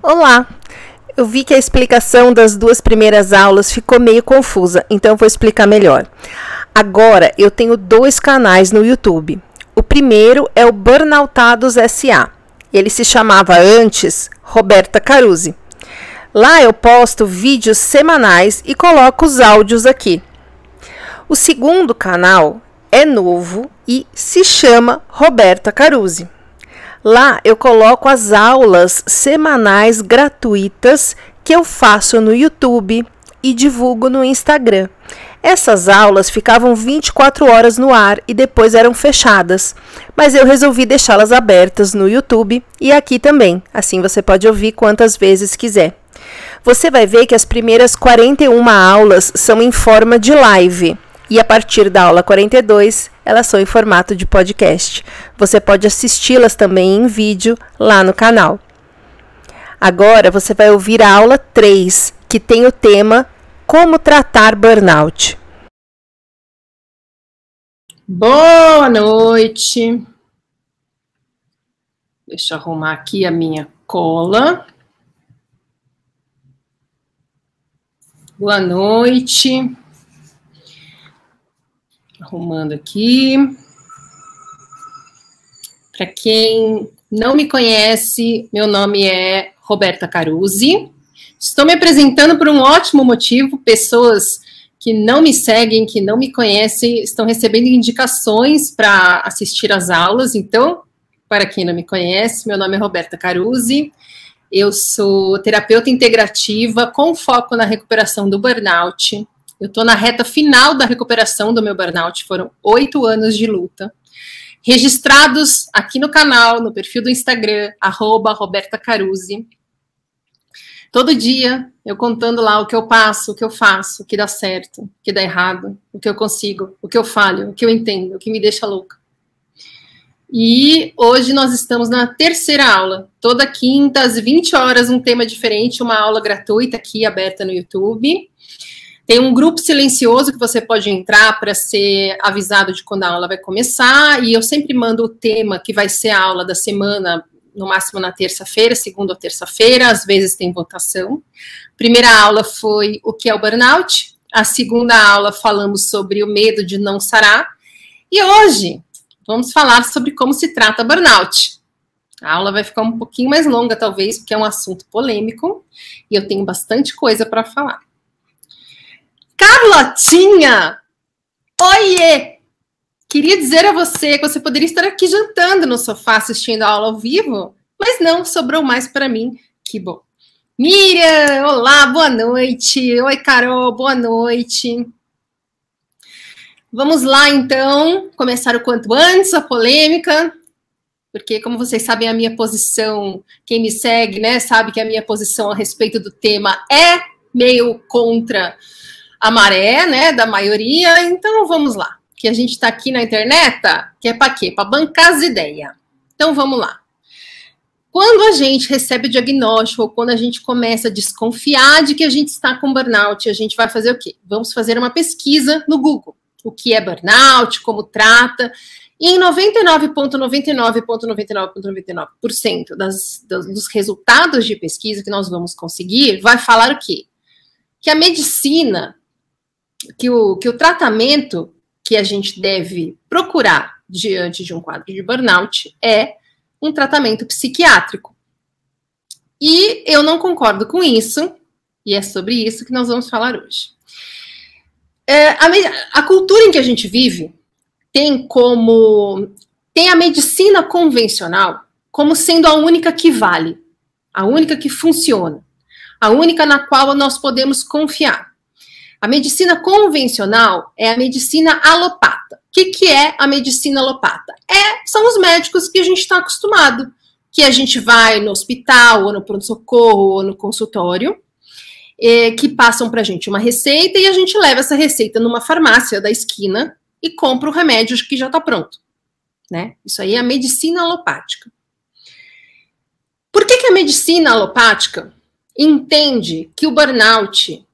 Olá! Eu vi que a explicação das duas primeiras aulas ficou meio confusa, então eu vou explicar melhor. Agora eu tenho 2 canais no YouTube. O primeiro é o Burnoutados SA. Ele se chamava antes Roberta Caruzi. Lá eu posto vídeos semanais e coloco os áudios aqui. O segundo canal é novo e se chama Roberta Caruzi. Lá eu coloco as aulas semanais gratuitas que eu faço no YouTube e divulgo no Instagram. Essas aulas ficavam 24 horas no ar e depois eram fechadas, mas eu resolvi deixá-las abertas no YouTube e aqui também, assim você pode ouvir quantas vezes quiser. Você vai ver que as primeiras 41 aulas são em forma de live. E a partir da aula 42, elas são em formato de podcast. Você pode assisti-las também em vídeo lá no canal. Agora você vai ouvir a aula 3, que tem o tema Como tratar burnout. Boa noite. Deixa eu arrumar aqui a minha cola. Boa noite. Arrumando aqui. Para quem não me conhece, meu nome é Roberta Caruzi. Estou me apresentando por um ótimo motivo. Pessoas que não me seguem, que não me conhecem, estão recebendo indicações para assistir às aulas. Então, para quem não me conhece, meu nome é Roberta Caruzi. Eu sou terapeuta integrativa com foco na recuperação do burnout. Eu estou na reta final da recuperação do meu burnout, foram 8 anos de luta, registrados aqui no canal, no perfil do Instagram, @Roberta Caruzi. Todo dia, eu contando lá o que eu passo, o que eu faço, o que dá certo, o que dá errado, o que eu consigo, o que eu falho, o que eu entendo, o que me deixa louca. E hoje nós estamos na terceira aula, toda quinta, às 20 horas, um tema diferente, uma aula gratuita aqui, aberta no YouTube. Tem um grupo silencioso que você pode entrar para ser avisado de quando a aula vai começar, e eu sempre mando o tema que vai ser a aula da semana, no máximo na terça-feira, segunda ou terça-feira, às vezes tem votação. A primeira aula foi o que é o burnout, a segunda aula falamos sobre o medo de não sarar, e hoje vamos falar sobre como se trata burnout. A aula vai ficar um pouquinho mais longa, talvez, porque é um assunto polêmico, e eu tenho bastante coisa para falar. Carlotinha! Oiê! Queria dizer a você que você poderia estar aqui jantando no sofá assistindo a aula ao vivo, mas não, sobrou mais para mim. Que bom. Miriam, olá, boa noite. Oi, Carol, boa noite. Vamos lá, então, começar o quanto antes a polêmica, porque, como vocês sabem, a minha posição, quem me segue, né, sabe que a minha posição a respeito do tema é meio contra a maré, né, da maioria, então vamos lá, que a gente está aqui na internet, que é para quê? Para bancar as ideias. Então vamos lá. Quando a gente recebe o diagnóstico, ou quando a gente começa a desconfiar de que a gente está com burnout, a gente vai fazer o quê? Vamos fazer uma pesquisa no Google. O que é burnout, como trata, e em 99,99,99% dos resultados de pesquisa que nós vamos conseguir, vai falar o quê? Que a medicina, que o tratamento que a gente deve procurar diante de um quadro de burnout é um tratamento psiquiátrico. E eu não concordo com isso, e é sobre isso que nós vamos falar hoje. A cultura em que a gente vive tem a medicina convencional como sendo a única que vale, a única que funciona, a única na qual nós podemos confiar. A medicina convencional é a medicina alopata. O que é a medicina alopata? São os médicos que a gente está acostumado, que a gente vai no hospital, ou no pronto-socorro, ou no consultório, que passam para a gente uma receita e a gente leva essa receita numa farmácia da esquina e compra o remédio que já está pronto. Né? Isso aí é a medicina alopática. Por que a medicina alopática entende que o burnout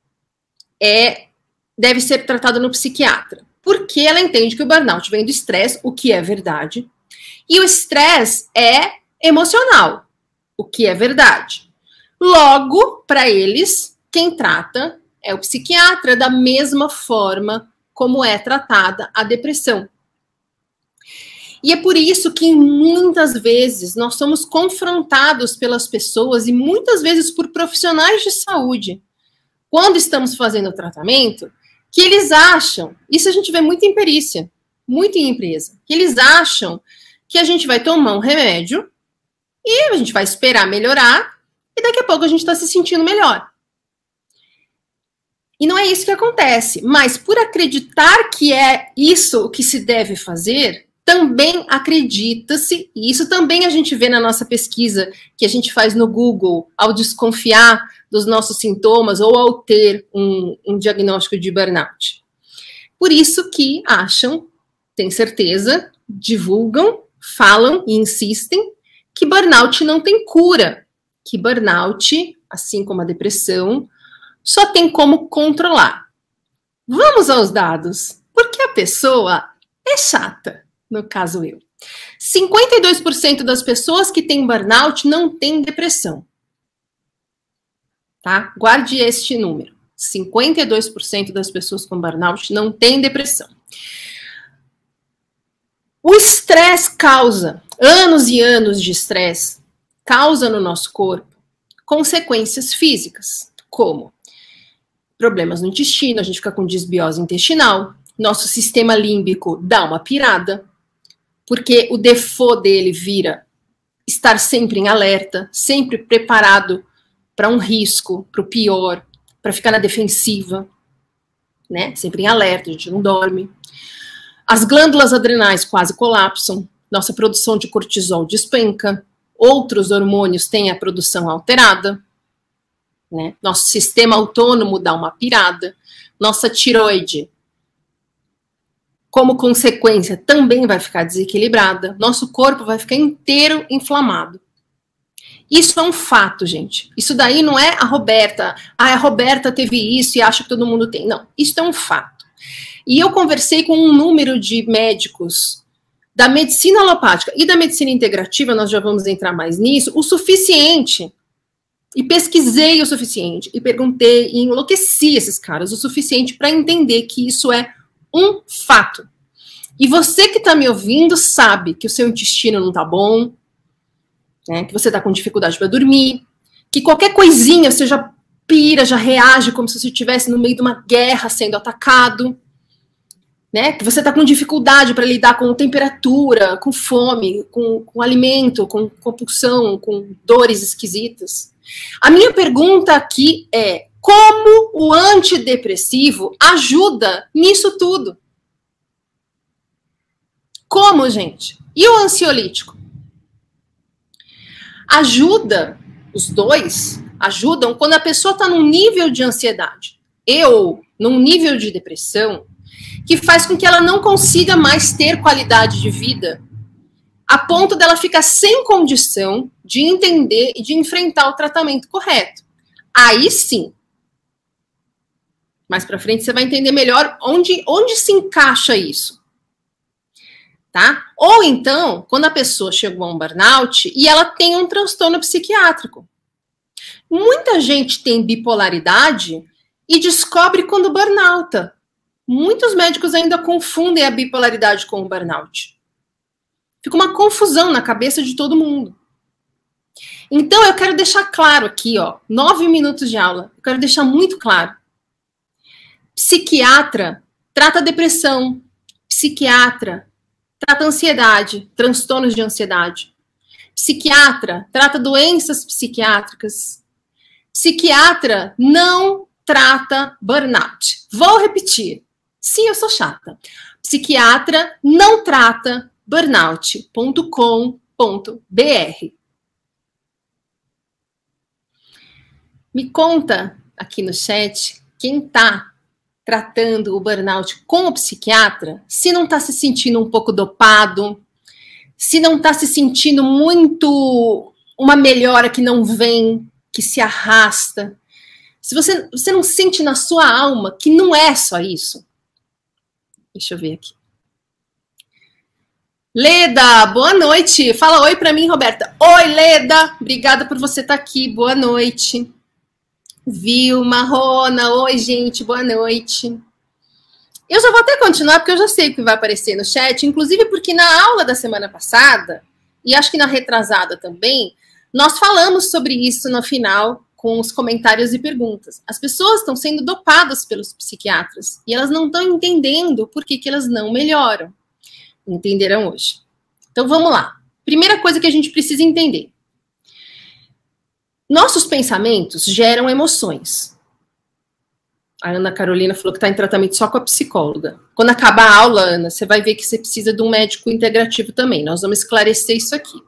deve ser tratado no psiquiatra? Porque ela entende que o burnout vem do estresse, o que é verdade, e o estresse é emocional, o que é verdade. Logo, para eles, quem trata é o psiquiatra, da mesma forma como é tratada a depressão. E é por isso que muitas vezes nós somos confrontados pelas pessoas e muitas vezes por profissionais de saúde, quando estamos fazendo o tratamento, que eles acham, isso a gente vê muito em perícia, muito em empresa, que eles acham que a gente vai tomar um remédio e a gente vai esperar melhorar e daqui a pouco a gente está se sentindo melhor. E não é isso que acontece, mas por acreditar que é isso o que se deve fazer, também acredita-se, e isso também a gente vê na nossa pesquisa que a gente faz no Google, ao desconfiar dos nossos sintomas ou ao ter um diagnóstico de burnout. Por isso que acham, têm certeza, divulgam, falam e insistem que burnout não tem cura, que burnout, assim como a depressão, só tem como controlar. Vamos aos dados, porque a pessoa é chata, no caso eu. 52% das pessoas que têm burnout não têm depressão. Tá? Guarde este número. 52% das pessoas com burnout não têm depressão. O estresse causa, anos e anos de estresse, causa no nosso corpo consequências físicas, como problemas no intestino, a gente fica com desbiose intestinal, nosso sistema límbico dá uma pirada, porque o default dele vira estar sempre em alerta, sempre preparado para um risco, para o pior, para ficar na defensiva, né? Sempre em alerta, a gente não dorme. As glândulas adrenais quase colapsam, nossa produção de cortisol despenca, outros hormônios têm a produção alterada, né? Nosso sistema autônomo dá uma pirada, nossa tireoide, como consequência, também vai ficar desequilibrada, nosso corpo vai ficar inteiro inflamado. Isso é um fato, gente. Isso daí não é a Roberta. A Roberta teve isso e acha que todo mundo tem. Não, isso é um fato. E eu conversei com um número de médicos da medicina alopática e da medicina integrativa, nós já vamos entrar mais nisso, o suficiente. E pesquisei o suficiente, e perguntei, e enlouqueci esses caras o suficiente para entender que isso é um fato. E você que está me ouvindo sabe que o seu intestino não está bom, né, que você está com dificuldade para dormir, que qualquer coisinha você já pira, já reage como se você estivesse no meio de uma guerra sendo atacado, né, que você está com dificuldade para lidar com temperatura, com fome, com alimento, com compulsão, com dores esquisitas. A minha pergunta aqui é: como o antidepressivo ajuda nisso tudo? Como, gente? E o ansiolítico? Ajuda, os dois ajudam quando a pessoa está num nível de ansiedade ou num nível de depressão que faz com que ela não consiga mais ter qualidade de vida, a ponto dela ficar sem condição de entender e de enfrentar o tratamento correto. Aí sim. Mais para frente você vai entender melhor onde se encaixa isso. Tá? Ou então, quando a pessoa chegou a um burnout e ela tem um transtorno psiquiátrico. Muita gente tem bipolaridade e descobre quando burnouta. Muitos médicos ainda confundem a bipolaridade com o burnout. Fica uma confusão na cabeça de todo mundo. Então, eu quero deixar claro aqui, ó, 9 minutos de aula. Eu quero deixar muito claro. Psiquiatra trata depressão. Psiquiatra trata ansiedade, transtornos de ansiedade. Psiquiatra trata doenças psiquiátricas. Psiquiatra não trata burnout. Vou repetir. Sim, eu sou chata. Psiquiatra não trata burnout.com.br. Me conta aqui no chat quem está tratando o burnout com o psiquiatra, se não está se sentindo um pouco dopado, se não está se sentindo muito uma melhora que não vem, que se arrasta, se você não sente na sua alma que não é só isso. Deixa eu ver aqui. Leda, boa noite. Fala oi para mim, Roberta. Oi, Leda. Obrigada por você estar aqui. Boa noite. Vilma, Rona, oi, gente. Boa noite. Eu já vou até continuar, porque eu já sei o que vai aparecer no chat, inclusive porque na aula da semana passada, e acho que na retrasada também, nós falamos sobre isso no final, com os comentários e perguntas. As pessoas estão sendo dopadas pelos psiquiatras, e elas não estão entendendo por que elas não melhoram. Entenderão hoje. Então vamos lá. Primeira coisa que a gente precisa entender. Nossos pensamentos geram emoções. A Ana Carolina falou que está em tratamento só com a psicóloga. Quando acabar a aula, Ana, você vai ver que você precisa de um médico integrativo também. Nós vamos esclarecer isso aqui.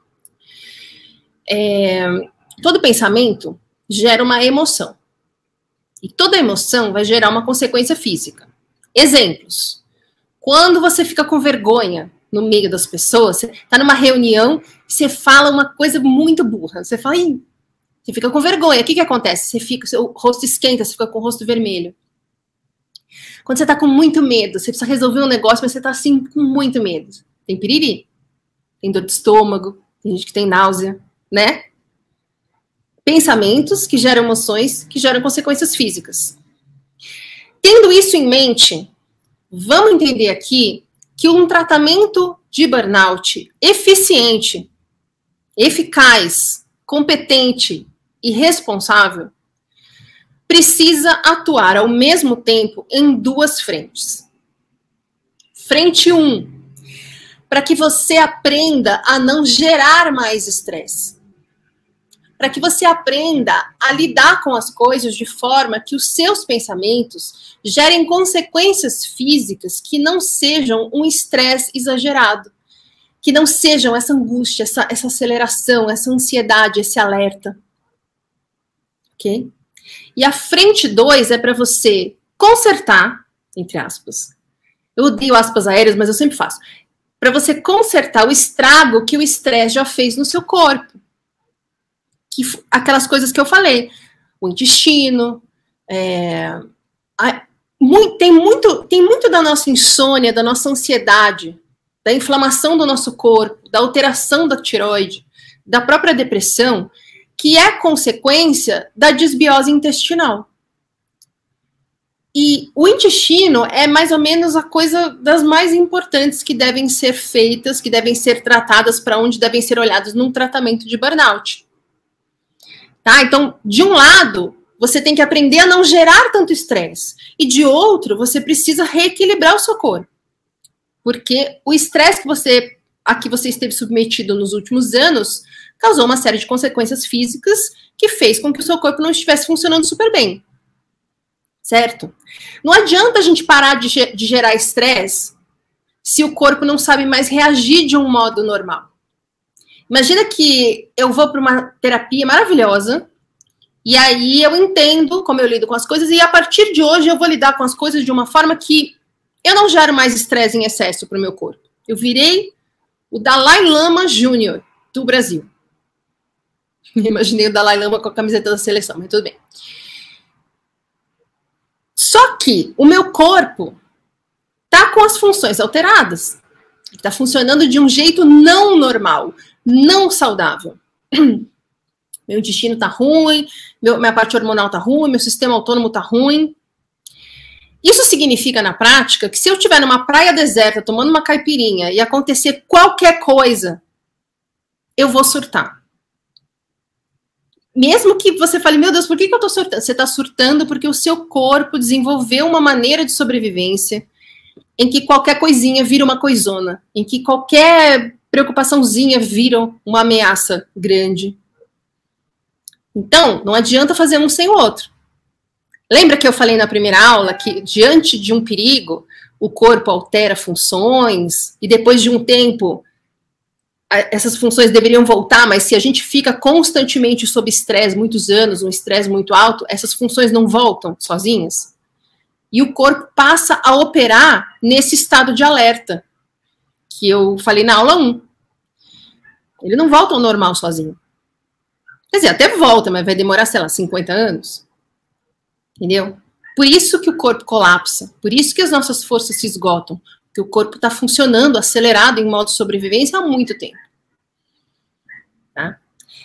Todo pensamento gera uma emoção. E toda emoção vai gerar uma consequência física. Exemplos. Quando você fica com vergonha no meio das pessoas, você está numa reunião, você fala uma coisa muito burra. Você fala, ih, você fica com vergonha. O que acontece? Você fica, seu rosto esquenta, você fica com o rosto vermelho. Quando você tá com muito medo, você precisa resolver um negócio, mas você tá assim com muito medo. Tem piriri, tem dor de estômago, tem gente que tem náusea, né? Pensamentos que geram emoções, que geram consequências físicas. Tendo isso em mente, vamos entender aqui que um tratamento de burnout eficiente, eficaz, competente e responsável precisa atuar ao mesmo tempo em duas frentes. Frente 1, para que você aprenda a não gerar mais estresse. Para que você aprenda a lidar com as coisas de forma que os seus pensamentos gerem consequências físicas que não sejam um estresse exagerado, que não sejam essa angústia, essa aceleração, essa ansiedade, esse alerta. Ok? E a frente 2 é para você consertar, entre aspas. Eu odeio aspas aéreas, mas eu sempre faço. Para você consertar o estrago que o estresse já fez no seu corpo. Aquelas coisas que eu falei. O intestino. Tem muito da nossa insônia, da nossa ansiedade, da inflamação do nosso corpo, da alteração da tireoide, da própria depressão, que é consequência da desbiose intestinal. E o intestino é mais ou menos a coisa das mais importantes que devem ser feitas, que devem ser tratadas, para onde devem ser olhados num tratamento de burnout. Tá? Então, de um lado, você tem que aprender a não gerar tanto estresse. E de outro, você precisa reequilibrar o seu corpo. Porque o estresse a que você esteve submetido nos últimos anos causou uma série de consequências físicas que fez com que o seu corpo não estivesse funcionando super bem. Certo? Não adianta a gente parar de gerar estresse se o corpo não sabe mais reagir de um modo normal. Imagina que eu vou para uma terapia maravilhosa e aí eu entendo como eu lido com as coisas e a partir de hoje eu vou lidar com as coisas de uma forma que eu não gero mais estresse em excesso para o meu corpo. Eu virei o Dalai Lama Júnior do Brasil. Imaginei o Dalai Lama com a camiseta da seleção, mas tudo bem. Só que o meu corpo tá com as funções alteradas. Está funcionando de um jeito não normal, não saudável. Meu intestino tá ruim, minha parte hormonal tá ruim, meu sistema autônomo tá ruim. Isso significa, na prática, que se eu estiver numa praia deserta, tomando uma caipirinha, e acontecer qualquer coisa, eu vou surtar. Mesmo que você fale, meu Deus, por que eu tô surtando? Você tá surtando porque o seu corpo desenvolveu uma maneira de sobrevivência em que qualquer coisinha vira uma coisona, em que qualquer preocupaçãozinha vira uma ameaça grande. Então, não adianta fazer um sem o outro. Lembra que eu falei na primeira aula que, diante de um perigo, o corpo altera funções e depois de um tempo essas funções deveriam voltar, mas se a gente fica constantemente sob estresse, muitos anos, um estresse muito alto, essas funções não voltam sozinhas. E o corpo passa a operar nesse estado de alerta, que eu falei na aula 1. Ele não volta ao normal sozinho. Quer dizer, até volta, mas vai demorar, sei lá, 50 anos. Entendeu? Por isso que o corpo colapsa, por isso que as nossas forças se esgotam, que o corpo está funcionando acelerado em modo de sobrevivência há muito tempo. Tá?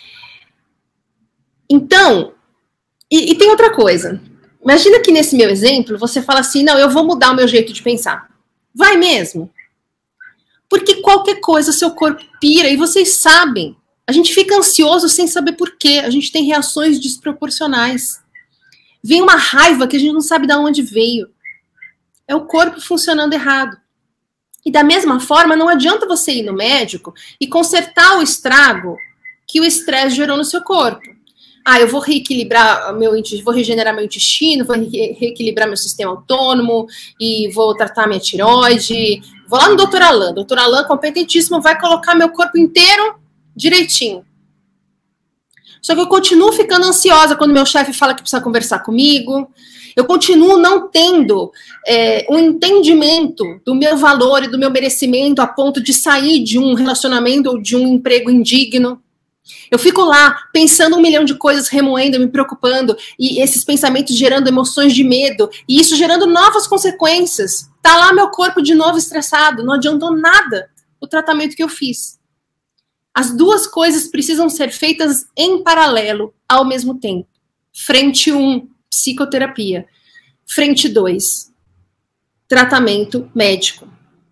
Então, e tem outra coisa. Imagina que nesse meu exemplo, você fala assim, não, eu vou mudar o meu jeito de pensar. Vai mesmo? Porque qualquer coisa, seu corpo pira, e vocês sabem. A gente fica ansioso sem saber por quê. A gente tem reações desproporcionais. Vem uma raiva que a gente não sabe de onde veio. É o corpo funcionando errado. E da mesma forma, não adianta você ir no médico e consertar o estrago que o estresse gerou no seu corpo. Ah, eu vou reequilibrar vou regenerar meu intestino, vou reequilibrar meu sistema autônomo e vou tratar minha tireoide. Vou lá no Dr. Alain. Dr. Alain, competentíssimo, vai colocar meu corpo inteiro direitinho. Só que eu continuo ficando ansiosa quando meu chefe fala que precisa conversar comigo. Eu continuo não tendo um entendimento do meu valor e do meu merecimento a ponto de sair de um relacionamento ou de um emprego indigno. Eu fico lá pensando 1 milhão de coisas, remoendo, me preocupando, e esses pensamentos gerando emoções de medo, e isso gerando novas consequências. Tá lá meu corpo de novo estressado, não adiantou nada o tratamento que eu fiz. As duas coisas precisam ser feitas em paralelo, ao mesmo tempo. Frente 1, psicoterapia. Frente 2, tratamento médico.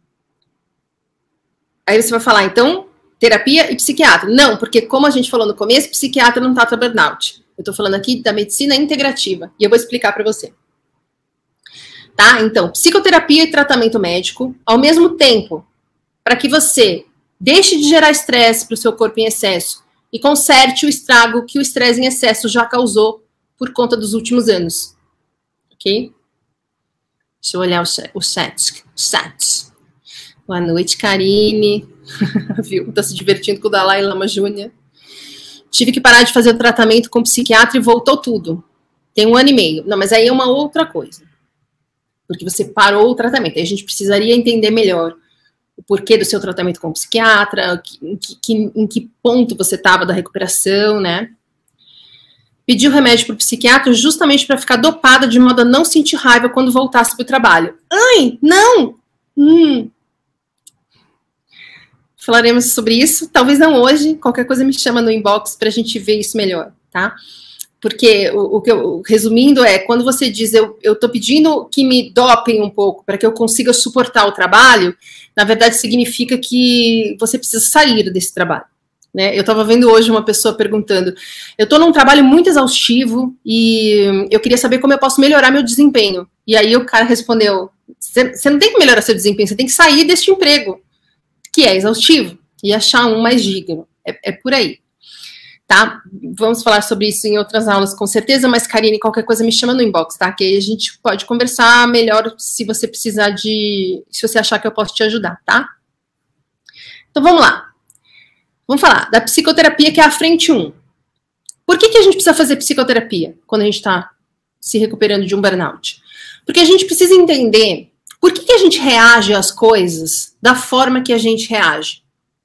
Aí você vai falar, então, terapia e psiquiatra. Não, porque como a gente falou no começo, psiquiatra não trata burnout. Eu tô falando aqui da medicina integrativa, e eu vou explicar para você. Tá? Então, psicoterapia e tratamento médico, ao mesmo tempo, para que você deixe de gerar estresse para o seu corpo em excesso e conserte o estrago que o estresse em excesso já causou por conta dos últimos anos. Ok? Deixa eu olhar o chat. Boa noite, Karine. Viu? Tá se divertindo com o Dalai Lama Júnior. Tive que parar de fazer o tratamento com o psiquiatra e voltou tudo. Tem 1 ano e meio. Não, mas aí é uma outra coisa. Porque você parou o tratamento. Aí a gente precisaria entender melhor o porquê do seu tratamento com o psiquiatra, em que ponto você estava da recuperação, né? Pedi o remédio para o psiquiatra justamente para ficar dopada de modo a não sentir raiva quando voltasse para o trabalho. Ai, não! Falaremos sobre isso, talvez não hoje, qualquer coisa me chama no inbox para a gente ver isso melhor, tá? Porque resumindo quando você diz eu tô pedindo que me dopem um pouco para que eu consiga suportar o trabalho, na verdade significa que você precisa sair desse trabalho, né? Eu estava vendo hoje uma pessoa perguntando, eu tô num trabalho muito exaustivo e eu queria saber como eu posso melhorar meu desempenho. E aí o cara respondeu, você não tem que melhorar seu desempenho, você tem que sair deste emprego, que é exaustivo, e achar um mais digno. É por aí. Tá? Vamos falar sobre isso em outras aulas, com certeza, mas, Karine, qualquer coisa me chama no inbox, tá? Que aí a gente pode conversar melhor se você precisar se você achar que eu posso te ajudar, tá? Então, vamos lá. Vamos falar da psicoterapia, que é a frente 1. Por que a gente precisa fazer psicoterapia quando a gente está se recuperando de um burnout? Porque a gente precisa entender por que a gente reage às coisas da forma que a gente reage.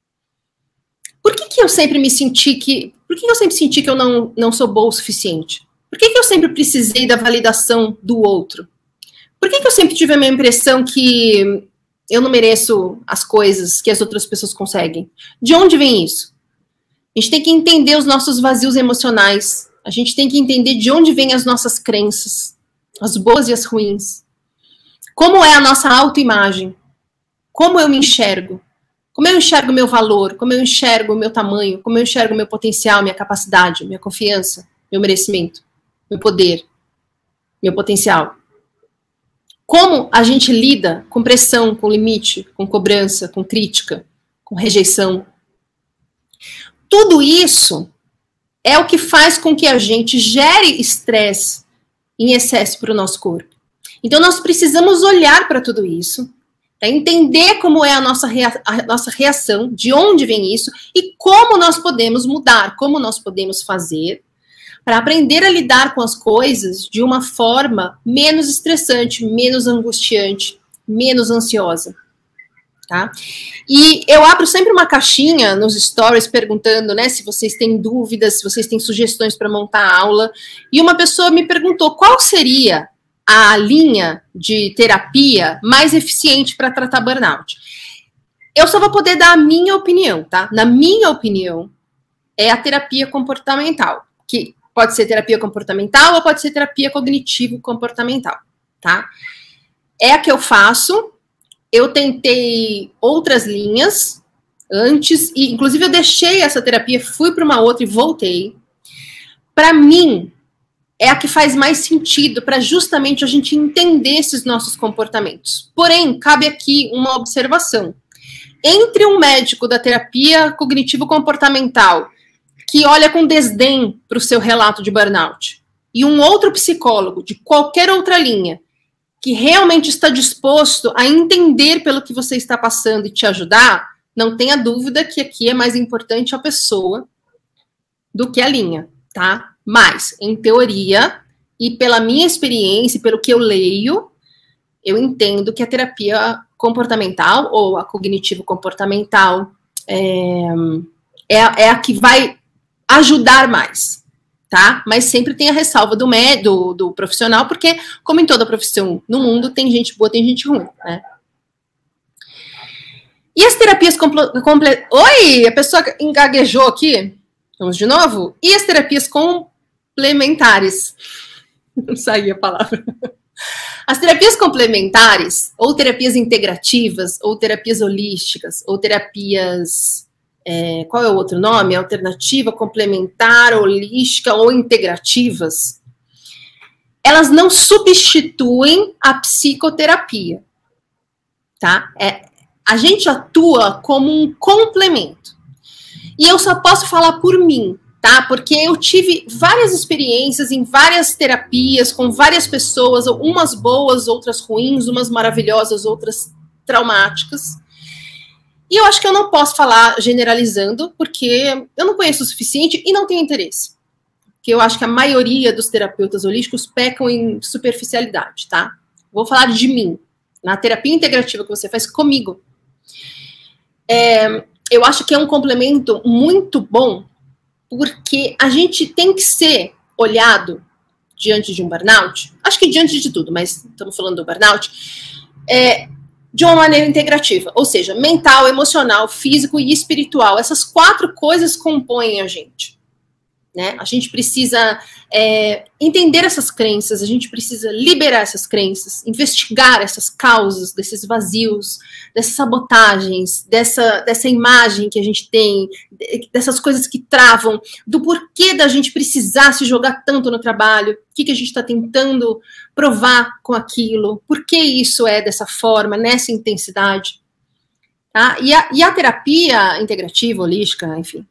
Por que eu sempre me senti Por que eu sempre senti que eu não sou boa o suficiente? Por que eu sempre precisei da validação do outro? Por que eu sempre tive a minha impressão que eu não mereço as coisas que as outras pessoas conseguem? De onde vem isso? A gente tem que entender os nossos vazios emocionais. A gente tem que entender de onde vêm as nossas crenças, as boas e as ruins. Como é a nossa autoimagem? Como eu me enxergo? Como eu enxergo o meu valor? Como eu enxergo o meu tamanho? Como eu enxergo o meu potencial, minha capacidade, minha confiança, meu merecimento, meu poder, meu potencial? Como a gente lida com pressão, com limite, com cobrança, com crítica, com rejeição? Tudo isso é o que faz com que a gente gere estresse em excesso para o nosso corpo. Então, nós precisamos olhar para tudo isso, para entender como é a nossa reação, de onde vem isso e como nós podemos mudar, como nós podemos fazer para aprender a lidar com as coisas de uma forma menos estressante, menos angustiante, menos ansiosa. Tá? E eu abro sempre uma caixinha nos stories perguntando, né, se vocês têm dúvidas, se vocês têm sugestões para montar a aula. E uma pessoa me perguntou qual seria a linha de terapia mais eficiente para tratar burnout? Eu só vou poder dar a minha opinião, tá? Na minha opinião, é a terapia comportamental, que pode ser terapia comportamental ou pode ser terapia cognitivo-comportamental, tá? É a que eu faço. Eu tentei outras linhas antes, e inclusive eu deixei essa terapia, fui para uma outra e voltei. Para mim, é a que faz mais sentido para justamente a gente entender esses nossos comportamentos. Porém, cabe aqui uma observação. Entre um médico da terapia cognitivo-comportamental que olha com desdém para o seu relato de burnout e um outro psicólogo de qualquer outra linha que realmente está disposto a entender pelo que você está passando e te ajudar, não tenha dúvida que aqui é mais importante a pessoa do que a linha, tá? Mas, em teoria, e pela minha experiência, pelo que eu leio, eu entendo que a terapia comportamental ou a cognitivo-comportamental é a que vai ajudar mais, tá? Mas sempre tem a ressalva do profissional, porque, como em toda profissão no mundo, tem gente boa, tem gente ruim, né? E as terapias Oi, a pessoa engaguejou aqui. Vamos de novo? E as terapias complementares? Não saía a palavra. As terapias complementares, ou terapias integrativas, ou terapias holísticas, ou terapias... qual é o outro nome? Alternativa, complementar, holística ou integrativas. Elas não substituem a psicoterapia, tá? A gente atua como um complemento. E eu só posso falar por mim, tá? Porque eu tive várias experiências em várias terapias, com várias pessoas, umas boas, outras ruins, umas maravilhosas, outras traumáticas. E eu acho que eu não posso falar generalizando, porque eu não conheço o suficiente e não tenho interesse. Porque eu acho que a maioria dos terapeutas holísticos pecam em superficialidade, tá? Vou falar de mim, na terapia integrativa que você faz comigo. Eu acho que é um complemento muito bom, porque a gente tem que ser olhado diante de um burnout, acho que diante de tudo, mas estamos falando do burnout, de uma maneira integrativa, ou seja, mental, emocional, físico e espiritual. Essas 4 coisas compõem a gente, né? A gente precisa entender essas crenças, a gente precisa liberar essas crenças, investigar essas causas, desses vazios, dessas sabotagens, dessa imagem que a gente tem, dessas coisas que travam, do porquê da gente precisar se jogar tanto no trabalho, o que a gente está tentando provar com aquilo, por que isso é dessa forma, nessa intensidade. Tá? E a terapia integrativa, holística, enfim...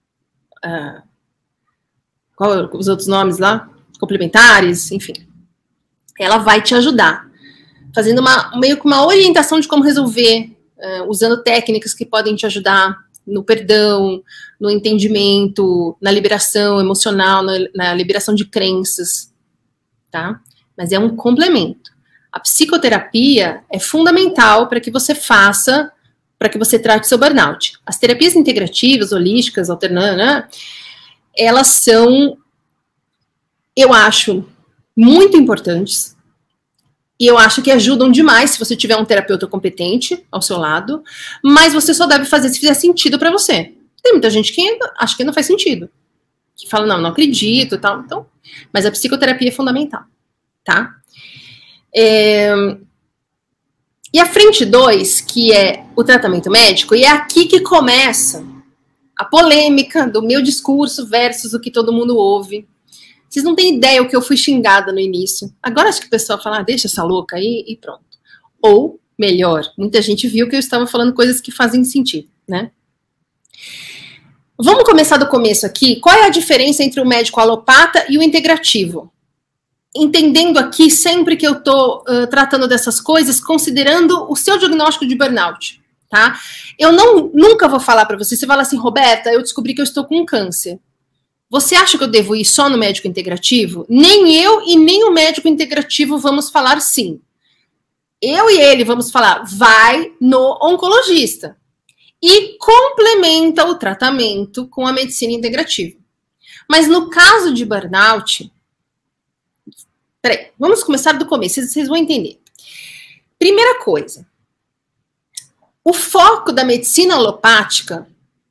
qual os outros nomes lá? Complementares, enfim. Ela vai te ajudar, fazendo meio que uma orientação de como resolver, usando técnicas que podem te ajudar no perdão, no entendimento, na liberação emocional, na liberação de crenças, tá? Mas é um complemento. A psicoterapia é fundamental para que você faça, para que você trate seu burnout. As terapias integrativas, holísticas, alternando, né? Elas são, eu acho, muito importantes, e eu acho que ajudam demais se você tiver um terapeuta competente ao seu lado, mas você só deve fazer se fizer sentido para você. Tem muita gente que acha que não faz sentido, que fala, não acredito, tal, então, mas a psicoterapia é fundamental, tá? E a frente 2, que é o tratamento médico, e é aqui que começa a polêmica do meu discurso versus o que todo mundo ouve. Vocês não têm ideia o que eu fui xingada no início. Agora acho que o pessoal fala, deixa essa louca aí e pronto. Ou, melhor, muita gente viu que eu estava falando coisas que fazem sentido, né? Vamos começar do começo aqui. Qual é a diferença entre o médico alopata e o integrativo? Entendendo aqui, sempre que eu estou tratando dessas coisas, considerando o seu diagnóstico de burnout. Tá? Eu nunca vou falar para você fala assim, Roberta, eu descobri que eu estou com câncer. Você acha que eu devo ir só no médico integrativo? Nem eu e nem o médico integrativo vamos falar sim. Eu e ele vamos falar, vai no oncologista. E complementa o tratamento com a medicina integrativa. Mas no caso de burnout, Peraí, vamos começar do começo, vocês vão entender. Primeira coisa, o foco da medicina alopática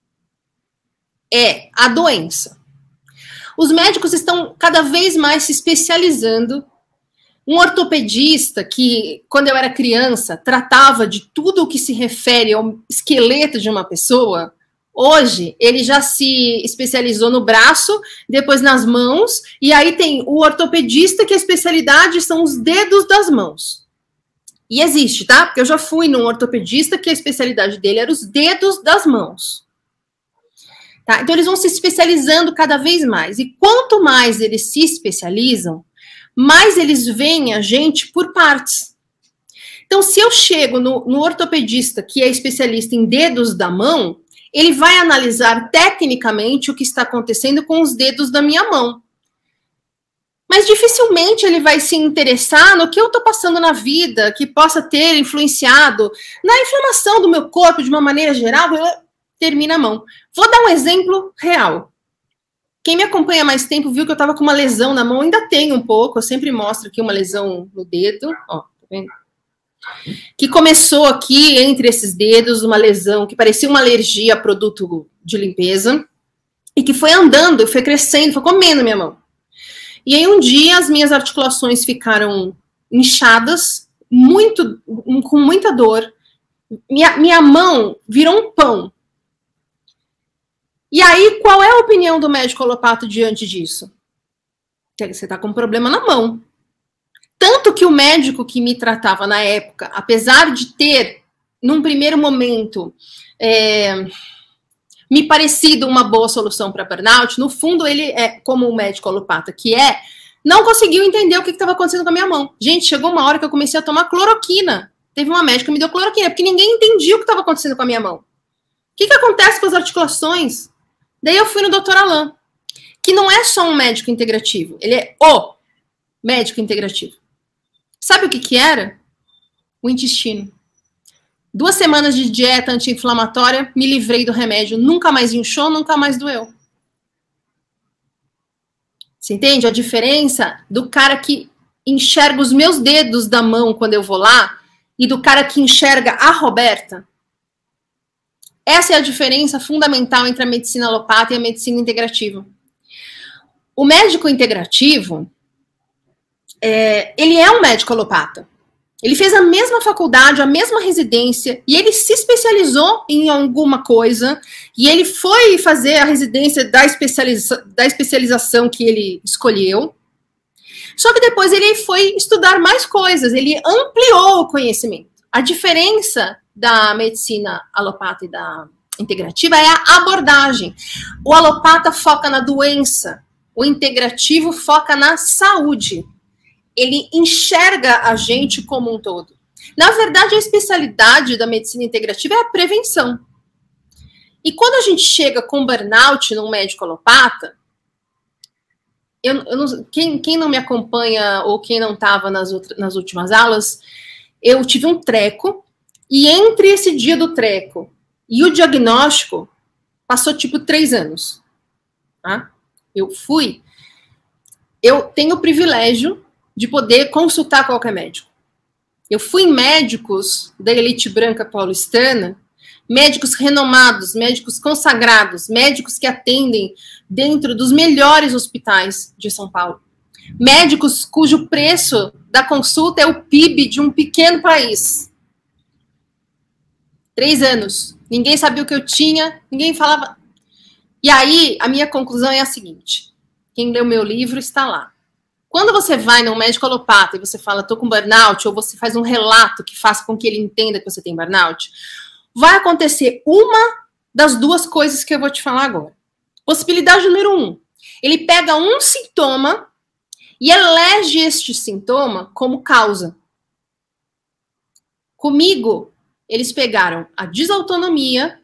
é a doença. Os médicos estão cada vez mais se especializando. Um ortopedista que, quando eu era criança, tratava de tudo o que se refere ao esqueleto de uma pessoa, hoje ele já se especializou no braço, depois nas mãos, e aí tem o ortopedista que a especialidade são os dedos das mãos. E existe, tá? Porque eu já fui num ortopedista que a especialidade dele era os dedos das mãos. Tá? Então, eles vão se especializando cada vez mais. E quanto mais eles se especializam, mais eles veem a gente por partes. Então, se eu chego no ortopedista, que é especialista em dedos da mão, ele vai analisar tecnicamente o que está acontecendo com os dedos da minha mão. Mas dificilmente ele vai se interessar no que eu estou passando na vida, que possa ter influenciado na inflamação do meu corpo de uma maneira geral. Termina a mão. Vou dar um exemplo real. Quem me acompanha há mais tempo viu que eu estava com uma lesão na mão, ainda tenho um pouco, eu sempre mostro aqui uma lesão no dedo, ó, tá vendo? Que começou aqui entre esses dedos, uma lesão que parecia uma alergia a produto de limpeza, e que foi andando, foi crescendo, foi comendo minha mão. E aí um dia as minhas articulações ficaram inchadas, com muita dor, minha mão virou um pão. E aí, qual é a opinião do médico alopata diante disso? Que você está com um problema na mão. Tanto que o médico que me tratava na época, apesar de ter, num primeiro momento, me parecido uma boa solução para burnout, no fundo ele é, como o médico alopata que é, não conseguiu entender o que estava acontecendo com a minha mão. Gente, chegou uma hora que eu comecei a tomar cloroquina. Teve uma médica que me deu cloroquina, porque ninguém entendia o que estava acontecendo com a minha mão. O que acontece com as articulações? Daí eu fui no Dr. Alain, que não é só um médico integrativo, ele é o médico integrativo. Sabe o que era? O intestino. 2 semanas de dieta anti-inflamatória, me livrei do remédio, nunca mais inchou, nunca mais doeu. Você entende a diferença do cara que enxerga os meus dedos da mão quando eu vou lá e do cara que enxerga a Roberta? Essa é a diferença fundamental entre a medicina alopata e a medicina integrativa. O médico integrativo, ele é um médico alopata. Ele fez a mesma faculdade, a mesma residência, e ele se especializou em alguma coisa, e ele foi fazer a residência da especialização que ele escolheu. Só que depois ele foi estudar mais coisas, ele ampliou o conhecimento. A diferença da medicina alopata e da integrativa é a abordagem. O alopata foca na doença, o integrativo foca na saúde. Ele enxerga a gente como um todo. Na verdade, a especialidade da medicina integrativa é a prevenção. E quando a gente chega com burnout num médico alopata, quem não me acompanha ou quem não estava nas últimas aulas, eu tive um treco, e entre esse dia do treco e o diagnóstico, passou tipo 3 anos. Tá? Eu tenho o privilégio de poder consultar qualquer médico. Eu fui em médicos da elite branca paulistana, médicos renomados, médicos consagrados, médicos que atendem dentro dos melhores hospitais de São Paulo. Médicos cujo preço da consulta é o PIB de um pequeno país. 3 anos. Ninguém sabia o que eu tinha, ninguém falava. E aí, a minha conclusão é a seguinte. Quem leu meu livro está lá. Quando você vai num médico alopata e você fala, tô com burnout, ou você faz um relato que faça com que ele entenda que você tem burnout, vai acontecer uma das 2 coisas que eu vou te falar agora. Possibilidade número 1. Ele pega um sintoma e elege este sintoma como causa. Comigo, eles pegaram a desautonomia,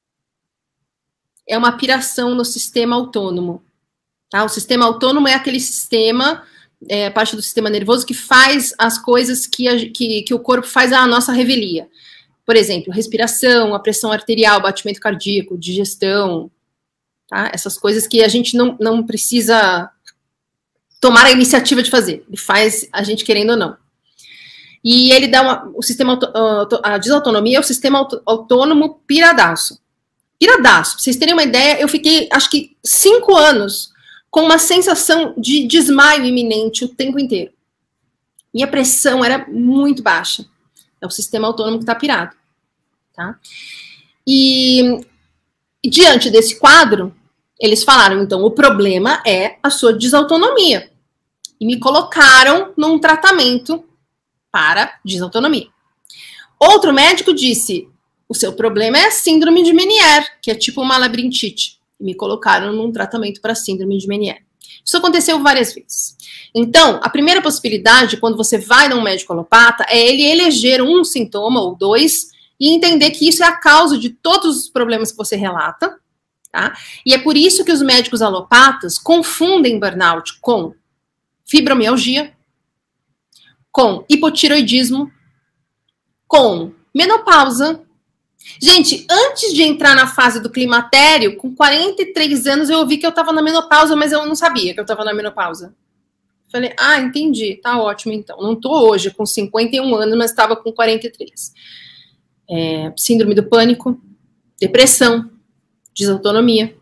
é uma piração no sistema autônomo. Tá? O sistema autônomo é aquele sistema, parte do sistema nervoso, que faz as coisas que o corpo faz à nossa revelia. Por exemplo, respiração, a pressão arterial, batimento cardíaco, digestão, tá? Essas coisas que a gente não precisa tomar a iniciativa de fazer. Ele faz a gente querendo ou não. E ele dá o sistema, a desautonomia é o sistema autônomo piradaço. Piradaço. Pra vocês terem uma ideia, eu fiquei, acho que 5 anos com uma sensação de desmaio iminente o tempo inteiro. Minha pressão era muito baixa. É o sistema autônomo que está pirado. Tá? E diante desse quadro, eles falaram, então, o problema é a sua desautonomia. E me colocaram num tratamento para desautonomia. Outro médico disse, o seu problema é a síndrome de Meniere, que é tipo uma labirintite. E me colocaram num tratamento para síndrome de Meniere. Isso aconteceu várias vezes. Então, a primeira possibilidade, quando você vai num médico alopata, é ele eleger um sintoma ou 2 e entender que isso é a causa de todos os problemas que você relata. Tá? E é por isso que os médicos alopatas confundem burnout com fibromialgia, com hipotiroidismo, com menopausa. Gente, antes de entrar na fase do climatério, com 43 anos eu ouvi que eu estava na menopausa, mas eu não sabia que eu estava na menopausa. Falei, entendi, tá ótimo então. Não tô hoje com 51 anos, mas estava com 43. Síndrome do pânico, depressão, desautonomia.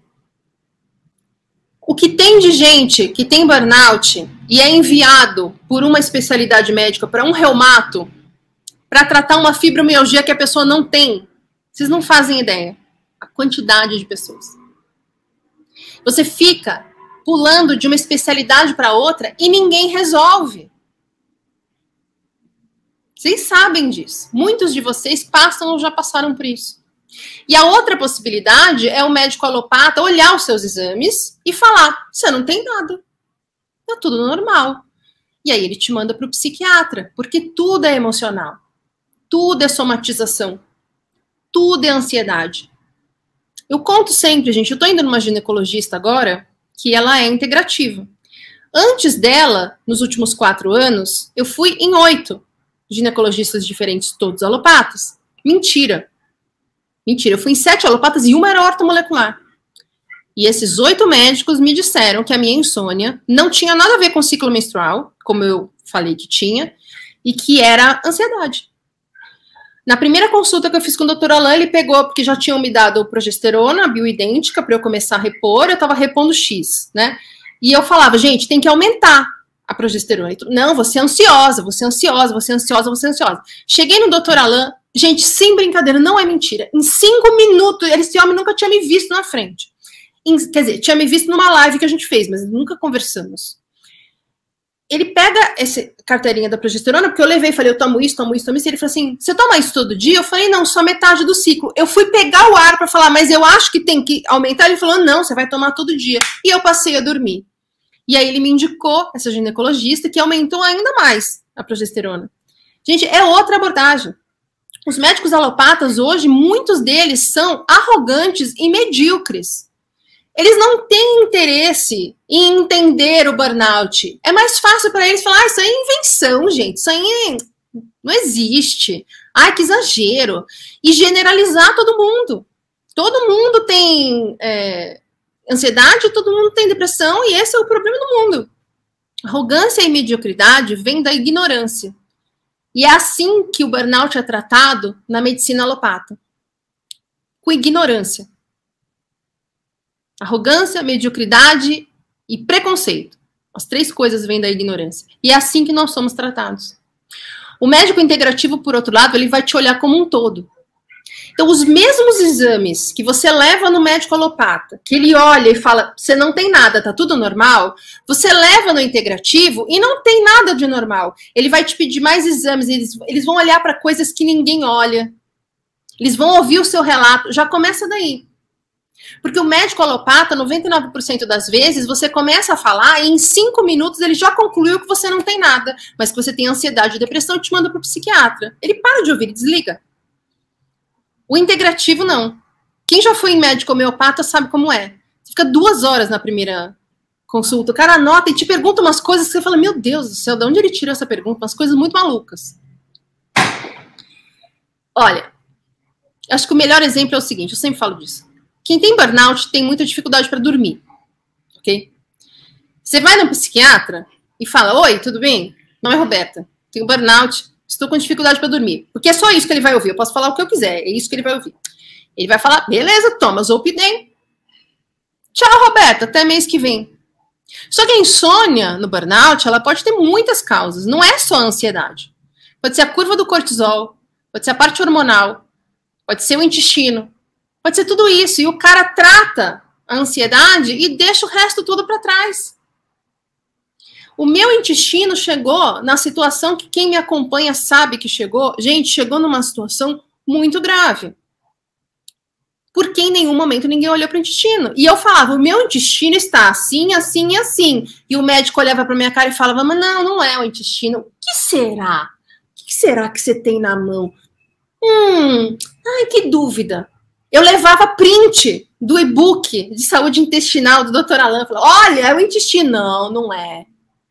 O que tem de gente que tem burnout e é enviado por uma especialidade médica para um reumato para tratar uma fibromialgia que a pessoa não tem, vocês não fazem ideia a quantidade de pessoas. Você fica pulando de uma especialidade para outra e ninguém resolve. Vocês sabem disso. Muitos de vocês passam ou já passaram por isso. E a outra possibilidade é o médico alopata olhar os seus exames e falar, você não tem nada. Tá tudo normal. E aí ele te manda para o psiquiatra, porque tudo é emocional. Tudo é somatização. Tudo é ansiedade. Eu conto sempre, gente, eu tô indo numa ginecologista agora, que ela é integrativa. Antes dela, nos últimos 4 anos, eu fui em 8 ginecologistas diferentes, todos alopatas. Mentira. Mentira, eu fui em 7 alopatas e uma era ortomolecular. E esses 8 médicos me disseram que a minha insônia não tinha nada a ver com ciclo menstrual, como eu falei que tinha, e que era ansiedade. Na primeira consulta que eu fiz com o Dr. Alain, ele pegou, porque já tinham me dado progesterona bioidêntica para eu começar a repor, eu estava repondo X, né? E eu falava, gente, tem que aumentar a progesterona. Não, você é ansiosa, você é ansiosa, você é ansiosa, você é ansiosa. Cheguei no Dr. Alain, gente, sem brincadeira, não é mentira. Em 5 minutos, esse homem nunca tinha me visto na frente. Quer dizer, tinha me visto numa live que a gente fez, mas nunca conversamos. Ele pega essa carteirinha da progesterona, porque eu levei e falei, eu tomo isso, tomo isso, tomo isso. E ele falou assim, você toma isso todo dia? Eu falei, não, só metade do ciclo. Eu fui pegar o ar para falar, mas eu acho que tem que aumentar. Ele falou, não, você vai tomar todo dia. E eu passei a dormir. E aí ele me indicou, essa ginecologista, que aumentou ainda mais a progesterona. Gente, é outra abordagem. Os médicos alopatas hoje, muitos deles são arrogantes e medíocres. Eles não têm interesse em entender o burnout. É mais fácil para eles falar, isso aí é invenção, gente. Isso aí não existe. Ai, que exagero. E generalizar todo mundo. Todo mundo tem ansiedade, todo mundo tem depressão, e esse é o problema do mundo. Arrogância e mediocridade vêm da ignorância. E é assim que o burnout é tratado na medicina alopata. Com ignorância. Arrogância, mediocridade e preconceito. As 3 coisas vêm da ignorância. E é assim que nós somos tratados. O médico integrativo, por outro lado, ele vai te olhar como um todo. Então, os mesmos exames que você leva no médico alopata, que ele olha e fala, você não tem nada, tá tudo normal, você leva no integrativo e não tem nada de normal. Ele vai te pedir mais exames, eles vão olhar para coisas que ninguém olha. Eles vão ouvir o seu relato, já começa daí. Porque o médico alopata, 99% das vezes, você começa a falar e em 5 minutos ele já concluiu que você não tem nada, mas que você tem ansiedade e depressão e te manda para o psiquiatra. Ele para de ouvir e desliga. O integrativo, não. Quem já foi em médico homeopata sabe como é. Você fica 2 horas na primeira consulta, o cara anota e te pergunta umas coisas que você fala, meu Deus do céu, de onde ele tirou essa pergunta? Umas coisas muito malucas. Olha, acho que o melhor exemplo é o seguinte, eu sempre falo disso. Quem tem burnout tem muita dificuldade para dormir, ok? Você vai no psiquiatra e fala, oi, tudo bem? Não é Roberta, tenho burnout, estou com dificuldade para dormir. Porque é só isso que ele vai ouvir, eu posso falar o que eu quiser, é isso que ele vai ouvir. Ele vai falar, beleza, toma Zolpidem. Tchau, Roberta, até mês que vem. Só que a insônia no burnout, ela pode ter muitas causas, não é só a ansiedade. Pode ser a curva do cortisol, pode ser a parte hormonal, pode ser o intestino, pode ser tudo isso. E o cara trata a ansiedade e deixa o resto tudo para trás. O meu intestino chegou na situação que quem me acompanha sabe que chegou. Gente, chegou numa situação muito grave. Porque em nenhum momento ninguém olhou para o intestino. E eu falava, o meu intestino está assim, assim e assim. E o médico olhava para minha cara e falava, mas não, não é o intestino. O que será? O que será que você tem na mão? Ai, que dúvida. Eu levava print do e-book de saúde intestinal do Dr. Alan. Falava, olha, é o intestino. Não, não é.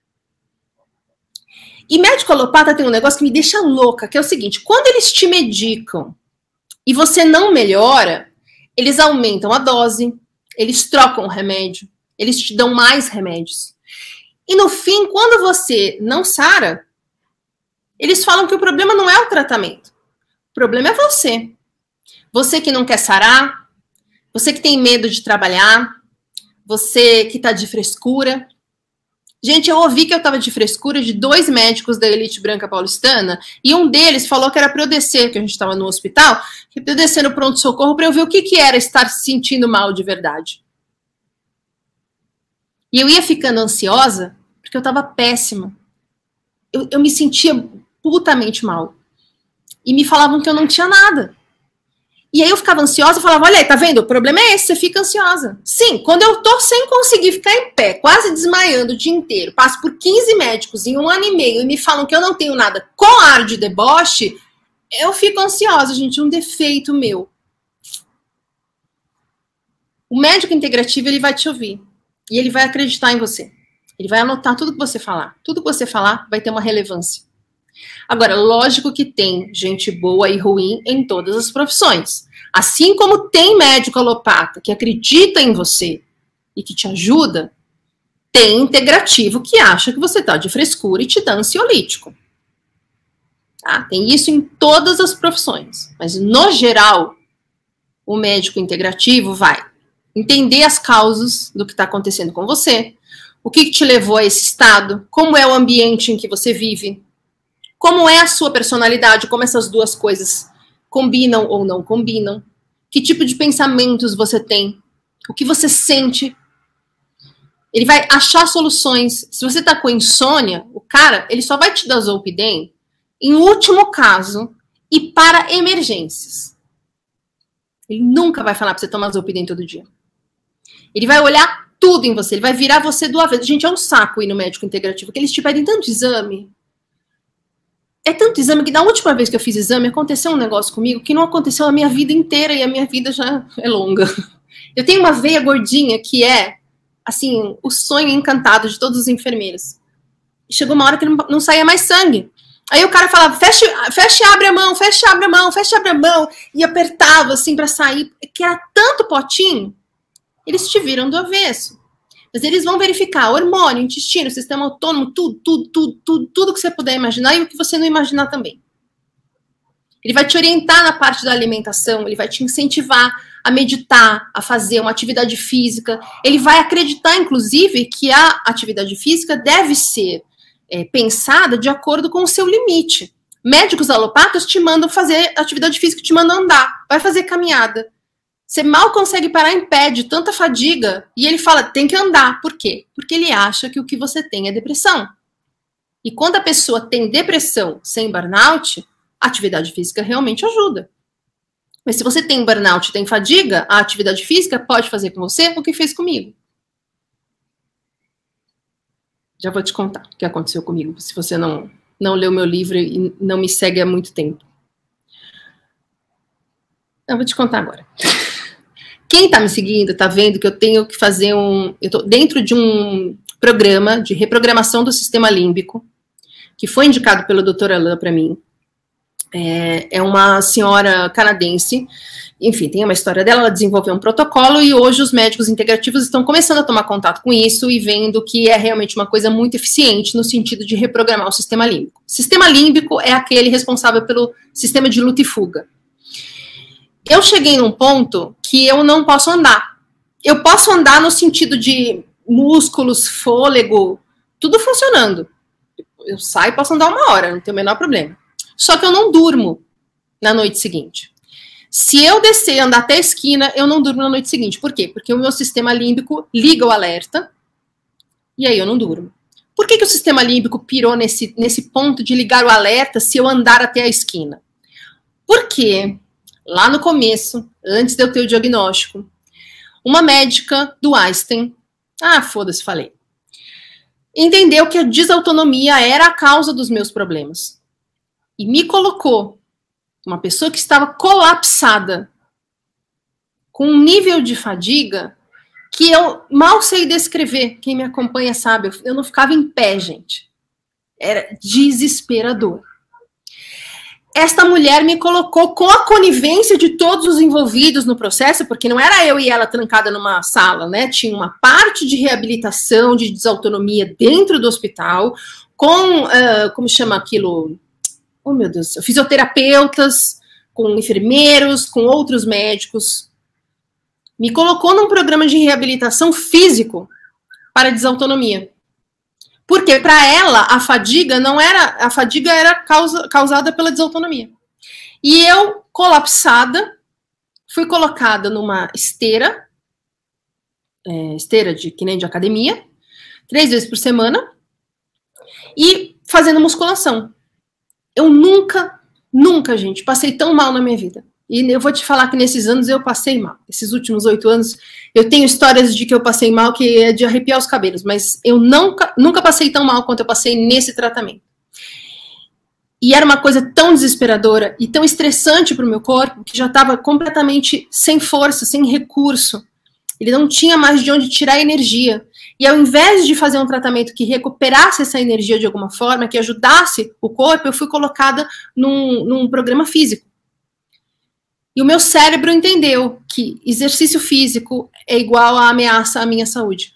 E médico alopata tem um negócio que me deixa louca, que é o seguinte, quando eles te medicam e você não melhora, eles aumentam a dose, eles trocam o remédio, eles te dão mais remédios. E no fim, quando você não sara, eles falam que o problema não é o tratamento. O problema é você. Você que não quer sarar, você que tem medo de trabalhar, você que está de frescura. Gente, eu ouvi que eu estava de frescura de 2 médicos da elite branca paulistana e um deles falou que era para eu descer, que a gente estava no hospital, que para eu descer no pronto-socorro para eu ver o que era estar se sentindo mal de verdade. E eu ia ficando ansiosa porque eu estava péssima. Eu me sentia putamente mal. E me falavam que eu não tinha nada. E aí eu ficava ansiosa e falava, olha aí, tá vendo? O problema é esse, você fica ansiosa. Sim, quando eu tô sem conseguir ficar em pé, quase desmaiando o dia inteiro, passo por 15 médicos em 1 ano e meio e me falam que eu não tenho nada com ar de deboche, eu fico ansiosa, gente, um defeito meu. O médico integrativo, ele vai te ouvir. E ele vai acreditar em você. Ele vai anotar tudo que você falar. Tudo que você falar vai ter uma relevância. Agora, lógico que tem gente boa e ruim em todas as profissões. Assim como tem médico alopata que acredita em você e que te ajuda, tem integrativo que acha que você está de frescura e te dá ansiolítico. Tá? Tem isso em todas as profissões. Mas, no geral, o médico integrativo vai entender as causas do que está acontecendo com você, o que te levou a esse estado, como é o ambiente em que você vive, como é a sua personalidade, como essas duas coisas combinam ou não combinam, que tipo de pensamentos você tem, o que você sente. Ele vai achar soluções. Se você tá com insônia, o cara, ele só vai te dar Zolpidem em último caso e para emergências. Ele nunca vai falar pra você tomar Zolpidem todo dia. Ele vai olhar tudo em você, ele vai virar você do avesso. Gente, é um saco ir no médico integrativo, porque eles te pedem tanto exame. É tanto exame que da última vez que eu fiz exame, aconteceu um negócio comigo que não aconteceu a minha vida inteira e a minha vida já é longa. Eu tenho uma veia gordinha que é, assim, o sonho encantado de todos os enfermeiros. Chegou uma hora que não saía mais sangue. Aí o cara falava, fecha e abre a mão, fecha, abre a mão, fecha, abre a mão. E apertava, assim, pra sair, que era tanto potinho, eles te viram do avesso. Mas eles vão verificar hormônio, intestino, sistema autônomo, tudo que você puder imaginar e o que você não imaginar também. Ele vai te orientar na parte da alimentação, ele vai te incentivar a meditar, a fazer uma atividade física. Ele vai acreditar, inclusive, que a atividade física deve ser pensada de acordo com o seu limite. Médicos alopatas te mandam fazer atividade física, te mandam andar, vai fazer caminhada. Você mal consegue parar em pé de tanta fadiga e ele fala, tem que andar. Por quê? Porque ele acha que o que você tem é depressão. E quando a pessoa tem depressão sem burnout, a atividade física realmente ajuda. Mas se você tem burnout e tem fadiga, a atividade física pode fazer com você o que fez comigo. Já vou te contar o que aconteceu comigo, se você não leu meu livro e não me segue há muito tempo. Eu vou te contar agora. Quem está me seguindo está vendo que eu tenho que fazer eu estou dentro de um programa de reprogramação do sistema límbico, que foi indicado pelo Dr. Alan para mim. É uma senhora canadense, enfim, tem uma história dela, ela desenvolveu um protocolo e hoje os médicos integrativos estão começando a tomar contato com isso e vendo que é realmente uma coisa muito eficiente no sentido de reprogramar o sistema límbico. O sistema límbico é aquele responsável pelo sistema de luta e fuga. Eu cheguei num ponto que eu não posso andar. Eu posso andar no sentido de músculos, fôlego, tudo funcionando. Eu saio e posso andar 1 hora, não tem o menor problema. Só que eu não durmo na noite seguinte. Se eu descer e andar até a esquina, eu não durmo na noite seguinte. Por quê? Porque o meu sistema límbico liga o alerta e aí eu não durmo. Por que o sistema límbico pirou nesse ponto de ligar o alerta se eu andar até a esquina? Porque lá no começo, antes de eu ter o diagnóstico, uma médica do Einstein, foda-se, falei, entendeu que a desautonomia era a causa dos meus problemas. E me colocou uma pessoa que estava colapsada, com um nível de fadiga que eu mal sei descrever. Quem me acompanha sabe, eu não ficava em pé, gente. Era desesperador. Esta mulher me colocou com a conivência de todos os envolvidos no processo, porque não era eu e ela trancada numa sala, né? Tinha uma parte de reabilitação, de desautonomia dentro do hospital, com, como chama aquilo... Oh, meu Deus do céu. Fisioterapeutas, com enfermeiros, com outros médicos. Me colocou num programa de reabilitação físico para desautonomia. Porque para ela a fadiga não era, a fadiga era causada pela desautonomia. E eu, colapsada, fui colocada numa esteira, esteira que nem de academia, 3 vezes por semana, e fazendo musculação. Eu nunca, gente, passei tão mal na minha vida. E eu vou te falar que nesses anos eu passei mal. Esses últimos 8 anos, eu tenho histórias de que eu passei mal que é de arrepiar os cabelos, mas eu nunca passei tão mal quanto eu passei nesse tratamento. E era uma coisa tão desesperadora e tão estressante para o meu corpo que já estava completamente sem força, sem recurso. Ele não tinha mais de onde tirar energia. E ao invés de fazer um tratamento que recuperasse essa energia de alguma forma, que ajudasse o corpo, eu fui colocada num programa físico. E o meu cérebro entendeu que exercício físico é igual a ameaça à minha saúde.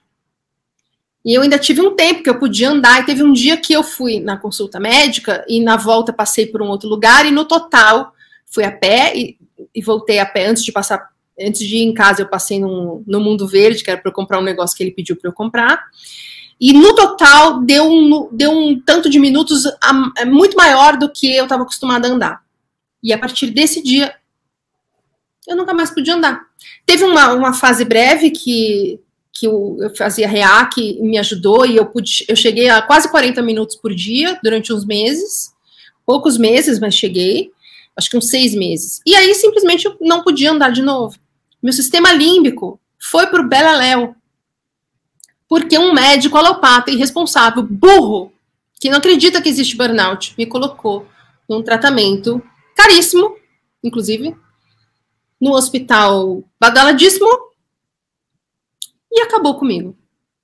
E eu ainda tive um tempo que eu podia andar, e teve um dia que eu fui na consulta médica, e na volta passei por um outro lugar, e no total fui a pé, e voltei a pé antes de ir em casa, eu passei no Mundo Verde, que era para eu comprar um negócio que ele pediu para eu comprar. E no total, deu um tanto de minutos muito maior do que eu estava acostumada a andar. E a partir desse dia, eu nunca mais podia andar. Teve uma fase breve que eu fazia REAC e me ajudou, e eu cheguei a quase 40 minutos por dia durante uns meses. Poucos meses, mas cheguei. Acho que uns 6 meses. E aí, simplesmente, eu não podia andar de novo. Meu sistema límbico foi pro beleléu. Porque um médico alopata irresponsável, burro, que não acredita que existe burnout, me colocou num tratamento caríssimo, inclusive, no hospital badaladíssimo, e acabou comigo.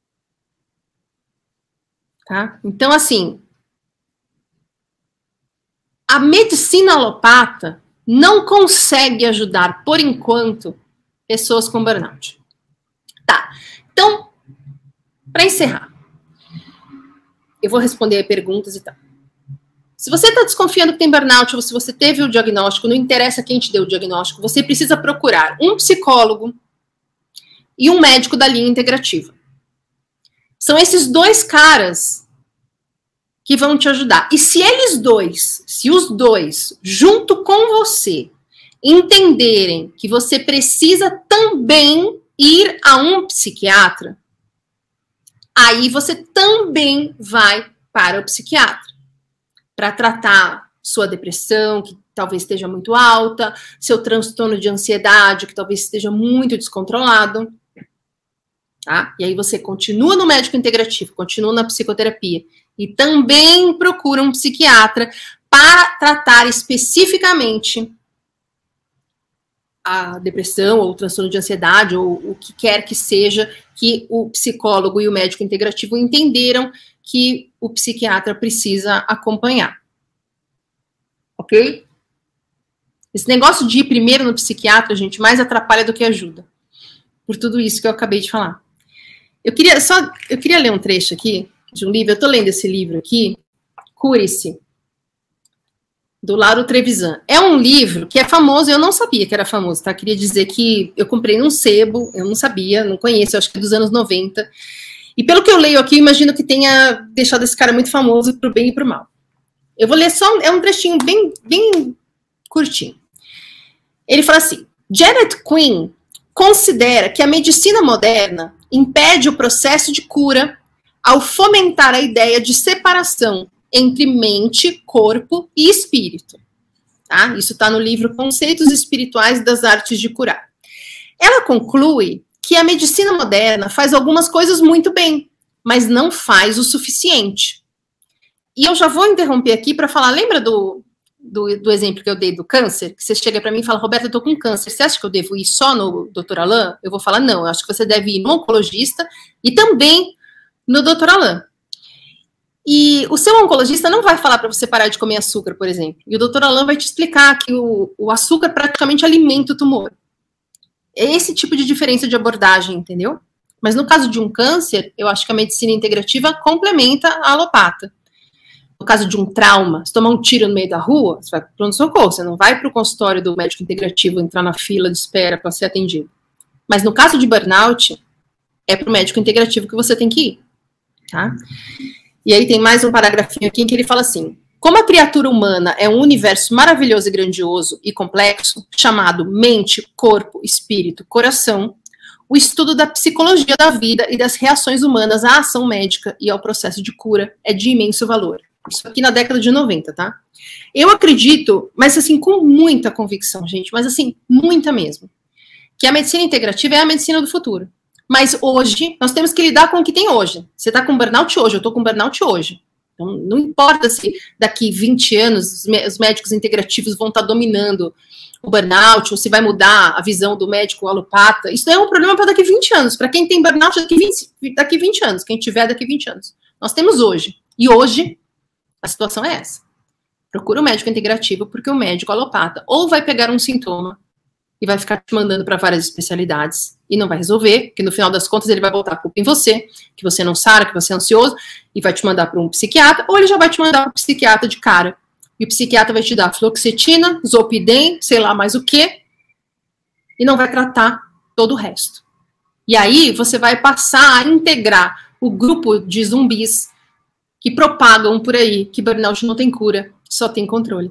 Tá? Então, assim, a medicina alopata não consegue ajudar, por enquanto, pessoas com burnout. Tá, então, para encerrar, eu vou responder perguntas e tal. Se você está desconfiando que tem burnout, ou se você teve o diagnóstico, não interessa quem te deu o diagnóstico, você precisa procurar um psicólogo e um médico da linha integrativa. São esses 2 caras que vão te ajudar. E se os dois, junto com você, entenderem que você precisa também ir a um psiquiatra, aí você também vai para o psiquiatra para tratar sua depressão, que talvez esteja muito alta, seu transtorno de ansiedade, que talvez esteja muito descontrolado. Tá? E aí você continua no médico integrativo, continua na psicoterapia e também procura um psiquiatra para tratar especificamente a depressão ou o transtorno de ansiedade ou o que quer que seja que o psicólogo e o médico integrativo entenderam que o psiquiatra precisa acompanhar. Ok? Esse negócio de ir primeiro no psiquiatra, gente, mais atrapalha do que ajuda. Por tudo isso que eu acabei de falar. Eu queria ler um trecho aqui de um livro. Eu tô lendo esse livro aqui, Cure-se, do Lauro Trevisan. É um livro que é famoso, eu não sabia que era famoso, tá? Queria dizer que eu comprei num sebo, eu não sabia, não conheço, eu acho que é dos anos 90. E pelo que eu leio aqui, eu imagino que tenha deixado esse cara muito famoso pro bem e pro mal. Eu vou ler só, é um trechinho bem curtinho. Ele fala assim, Janet Quinn considera que a medicina moderna impede o processo de cura ao fomentar a ideia de separação entre mente, corpo e espírito. Tá? Isso está no livro Conceitos Espirituais das Artes de Curar. Ela conclui que a medicina moderna faz algumas coisas muito bem, mas não faz o suficiente. E eu já vou interromper aqui para falar, lembra do exemplo que eu dei do câncer? Que você chega para mim e fala, Roberta, eu tô com câncer, você acha que eu devo ir só no Dr. Alain? Eu vou falar, não, eu acho que você deve ir no oncologista e também no Dr. Alain. E o seu oncologista não vai falar para você parar de comer açúcar, por exemplo. E o Dr. Alain vai te explicar que o açúcar praticamente alimenta o tumor. É esse tipo de diferença de abordagem, entendeu? Mas no caso de um câncer, eu acho que a medicina integrativa complementa a alopata. No caso de um trauma, se tomar um tiro no meio da rua, você vai para o pronto-socorro, você não vai para o consultório do médico integrativo entrar na fila de espera para ser atendido. Mas no caso de burnout, é para o médico integrativo que você tem que ir. Tá? E aí tem mais um paragrafinho aqui em que ele fala assim, como a criatura humana é um universo maravilhoso e grandioso e complexo, chamado mente, corpo, espírito, coração, o estudo da psicologia da vida e das reações humanas à ação médica e ao processo de cura é de imenso valor. Isso aqui na década de 90, tá? Eu acredito, mas assim, com muita convicção, gente, mas assim, muita mesmo, que a medicina integrativa é a medicina do futuro. Mas hoje, nós temos que lidar com o que tem hoje. Você tá com burnout hoje, eu tô com burnout hoje. Então, não importa se daqui 20 anos os médicos integrativos vão estar dominando o burnout, ou se vai mudar a visão do médico alopata. Isso é um problema para daqui 20 anos. Para quem tem burnout, daqui 20 anos. Quem tiver daqui 20 anos. Nós temos hoje. E hoje, a situação é essa. Procura o médico integrativo, porque o médico alopata ou vai pegar um sintoma e vai ficar te mandando para várias especialidades e não vai resolver, porque no final das contas ele vai botar a culpa em você, que você não sara, que você é ansioso, e vai te mandar para um psiquiatra, ou ele já vai te mandar para o psiquiatra de cara. E o psiquiatra vai te dar fluoxetina, zolpidem, sei lá mais o quê, e não vai tratar todo o resto. E aí você vai passar a integrar o grupo de zumbis que propagam por aí que burnout não tem cura, só tem controle.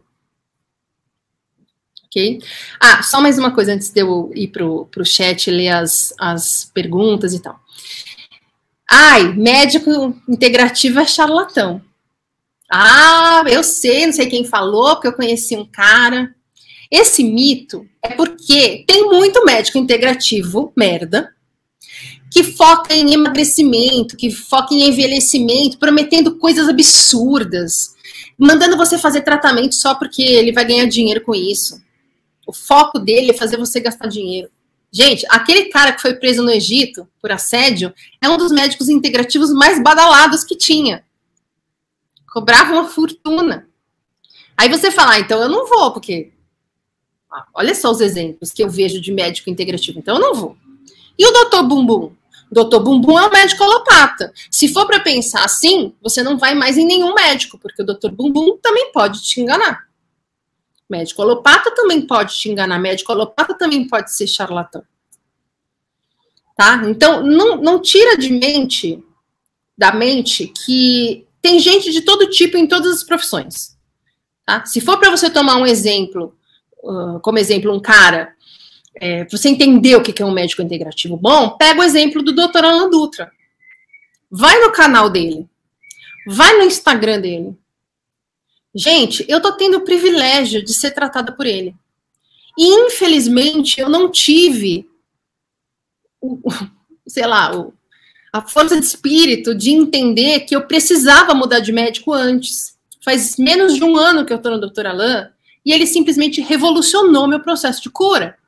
Ok? Ah, só mais uma coisa antes de eu ir pro chat e ler as perguntas e tal. Ai, médico integrativo é charlatão. Ah, eu sei, não sei quem falou, porque eu conheci um cara. Esse mito é porque tem muito médico integrativo, merda, que foca em emagrecimento, que foca em envelhecimento, prometendo coisas absurdas, mandando você fazer tratamento só porque ele vai ganhar dinheiro com isso. O foco dele é fazer você gastar dinheiro. Gente, aquele cara que foi preso no Egito por assédio é um dos médicos integrativos mais badalados que tinha. Cobrava uma fortuna. Aí você fala, então eu não vou, porque... olha só os exemplos que eu vejo de médico integrativo, então eu não vou. E o Dr. Bumbum? O Dr. Bumbum é um médico alopata. Se for para pensar assim, você não vai mais em nenhum médico, porque o Dr. Bumbum também pode te enganar. Médico alopata também pode te enganar. Médico alopata também pode ser charlatão. Tá? Então, não tira da mente que tem gente de todo tipo em todas as profissões. Tá? Se for para você tomar um exemplo, como exemplo, um cara, você entender o que é um médico integrativo bom, pega o exemplo do Dr. Alan Dutra. Vai no canal dele. Vai no Instagram dele. Gente, eu tô tendo o privilégio de ser tratada por ele. E, infelizmente, eu não tive a força de espírito de entender que eu precisava mudar de médico antes. Faz menos de um ano que eu tô no Dr. Alain e ele simplesmente revolucionou meu processo de cura.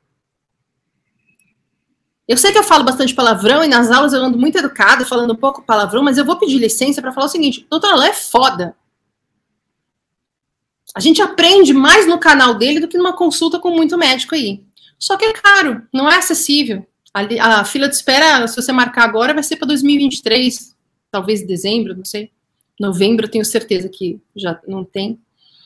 Eu sei que eu falo bastante palavrão e nas aulas eu ando muito educada, falando um pouco palavrão, mas eu vou pedir licença para falar o seguinte, Dr. Alain é foda. A gente aprende mais no canal dele do que numa consulta com muito médico aí. Só que é caro, não é acessível. A fila de espera, se você marcar agora, vai ser para 2023, talvez dezembro, não sei. Novembro, eu tenho certeza que já não tem.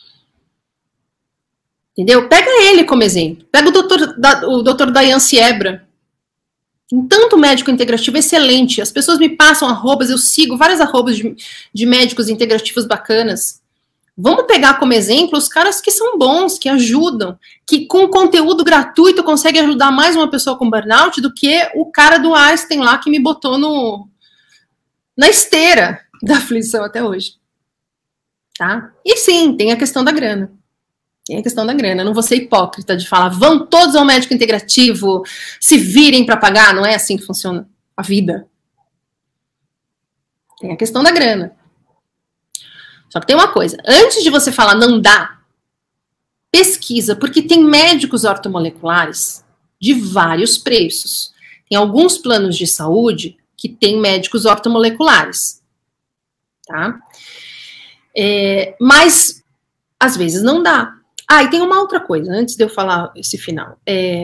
Entendeu? Pega ele como exemplo. Pega o doutor Dayan Siebra. Tem tanto médico integrativo excelente. As pessoas me passam arrobas, eu sigo várias arrobas de médicos integrativos bacanas. Vamos pegar como exemplo os caras que são bons, que ajudam, que com conteúdo gratuito conseguem ajudar mais uma pessoa com burnout do que o cara do Einstein lá que me botou na esteira da aflição até hoje. Tá? E sim, tem a questão da grana. Tem a questão da grana. Eu não vou ser hipócrita de falar, vão todos ao médico integrativo, se virem para pagar. Não é assim que funciona a vida. Tem a questão da grana. Só que tem uma coisa, antes de você falar não dá, pesquisa, porque tem médicos ortomoleculares de vários preços. Tem alguns planos de saúde que tem médicos ortomoleculares, tá? Mas, às vezes, não dá. Ah, e tem uma outra coisa, antes de eu falar esse final.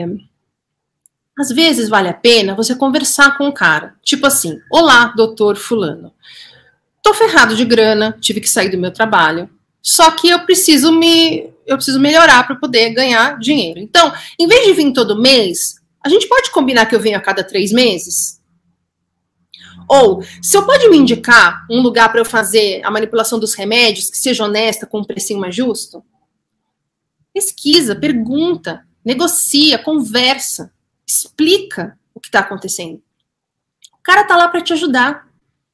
Às vezes, vale a pena você conversar com o cara. Tipo assim, olá, doutor fulano. Tô ferrado de grana, tive que sair do meu trabalho, só que eu preciso melhorar para poder ganhar dinheiro. Então, em vez de vir todo mês, a gente pode combinar que eu venho a cada 3 meses? Ou, se eu pode me indicar um lugar para eu fazer a manipulação dos remédios, que seja honesta, com um precinho mais justo? Pesquisa, pergunta, negocia, conversa, explica o que está acontecendo. O cara tá lá para te ajudar.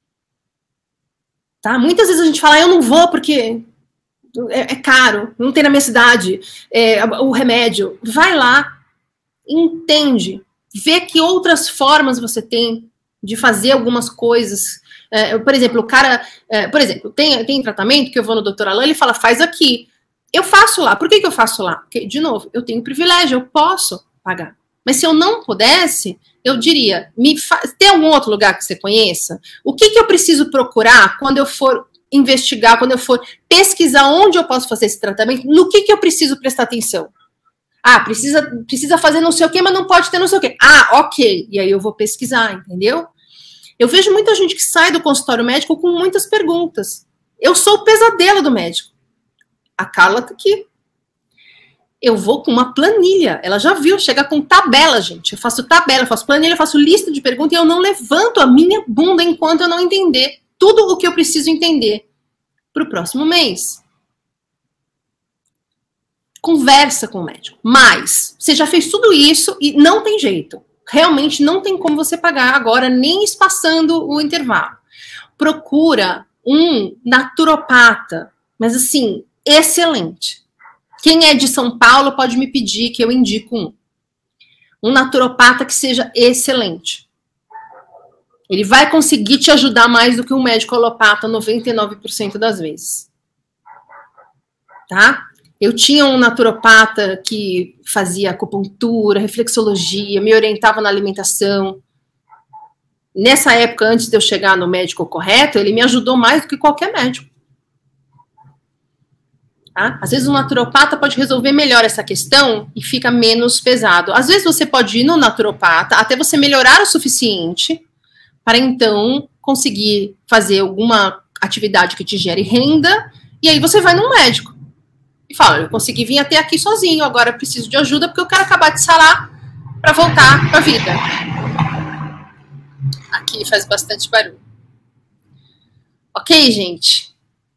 Tá? Muitas vezes a gente fala, eu não vou porque é caro, não tem na minha cidade o remédio. Vai lá, entende, vê que outras formas você tem de fazer algumas coisas. Por exemplo, o cara, tem tratamento que eu vou no Dr. Alain, ele fala, faz aqui. Eu faço lá. Por que eu faço lá? Porque, de novo, eu tenho privilégio, eu posso pagar. Mas se eu não pudesse, eu diria, tem algum outro lugar que você conheça? O que eu preciso procurar quando eu for investigar, quando eu for pesquisar onde eu posso fazer esse tratamento? No que eu preciso prestar atenção? Ah, precisa fazer não sei o quê, mas não pode ter não sei o quê. Ah, ok. E aí eu vou pesquisar, entendeu? Eu vejo muita gente que sai do consultório médico com muitas perguntas. Eu sou o pesadelo do médico. A Carla tá aqui. Eu vou com uma planilha. Ela já viu, chega com tabela, gente. Eu faço tabela, eu faço planilha, eu faço lista de perguntas e eu não levanto a minha bunda enquanto eu não entender tudo o que eu preciso entender para o próximo mês. Conversa com o médico. Mas você já fez tudo isso e não tem jeito. Realmente não tem como você pagar agora, nem espaçando o intervalo. Procura um naturopata, mas assim, excelente. Quem é de São Paulo pode me pedir que eu indico um. Um naturopata que seja excelente. Ele vai conseguir te ajudar mais do que um médico alopata 99% das vezes. Tá? Eu tinha um naturopata que fazia acupuntura, reflexologia, me orientava na alimentação. Nessa época, antes de eu chegar no médico correto, ele me ajudou mais do que qualquer médico. Tá? Às vezes o naturopata pode resolver melhor essa questão e fica menos pesado. Às vezes você pode ir no naturopata até você melhorar o suficiente para então conseguir fazer alguma atividade que te gere renda e aí você vai num médico e fala, eu consegui vir até aqui sozinho, agora eu preciso de ajuda porque eu quero acabar de sarar para voltar para a vida. Aqui faz bastante barulho. Ok, gente?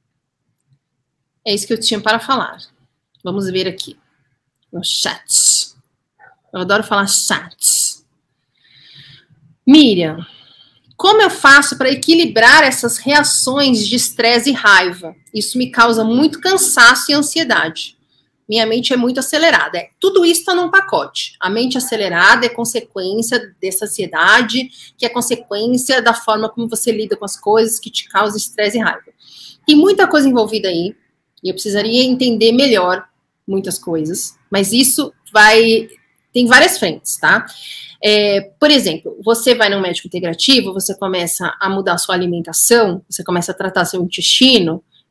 É isso que eu tinha para falar. Vamos ver aqui. No chat. Eu adoro falar chat. Miriam, como eu faço para equilibrar essas reações de estresse e raiva? Isso me causa muito cansaço e ansiedade. Minha mente é muito acelerada. Tudo isso está num pacote. A mente acelerada é consequência dessa ansiedade, que é consequência da forma como você lida com as coisas que te causam estresse e raiva. Tem muita coisa envolvida aí. E eu precisaria entender melhor muitas coisas, mas isso tem várias frentes, tá? Por exemplo, você vai num médico integrativo, você começa a mudar a sua alimentação, você começa a tratar seu intestino,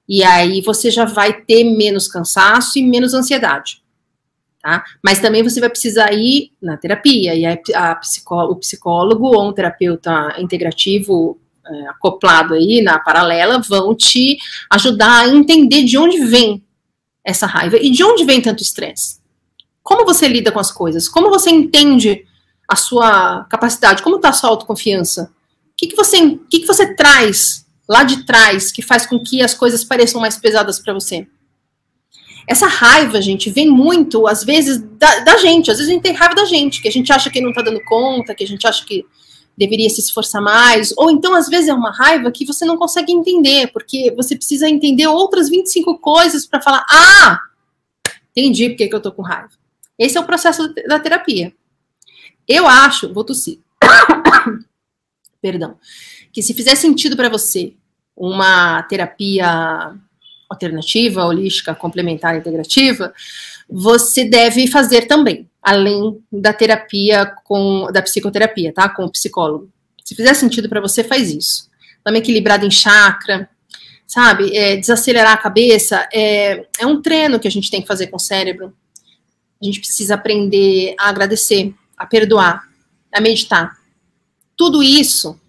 E aí você já vai ter menos cansaço e menos ansiedade. Tá? Mas também você vai precisar ir na terapia, e aí o psicólogo ou um terapeuta integrativo acoplado aí na paralela vão te ajudar a entender de onde vem essa raiva e de onde vem tanto estresse. Como você lida com as coisas? Como você entende a sua capacidade? Como está a sua autoconfiança? O que você traz lá de trás que faz com que as coisas pareçam mais pesadas para você? Essa raiva, gente, vem muito, às vezes, da gente. Às vezes a gente tem raiva da gente, que a gente acha que não tá dando conta, que a gente acha que deveria se esforçar mais. Ou então, às vezes, é uma raiva que você não consegue entender, porque você precisa entender outras 25 coisas para falar, entendi porque que eu tô com raiva. Esse é o processo da terapia. Eu acho, vou tossir, perdão, que se fizer sentido para você uma terapia alternativa, holística, complementar, integrativa, você deve fazer também, além da terapia da psicoterapia, tá? Com o psicólogo. Se fizer sentido para você, faz isso. Também equilibrado em chakra, sabe? Desacelerar a cabeça é um treino que a gente tem que fazer com o cérebro. A gente precisa aprender a agradecer, a perdoar, a meditar. Tudo isso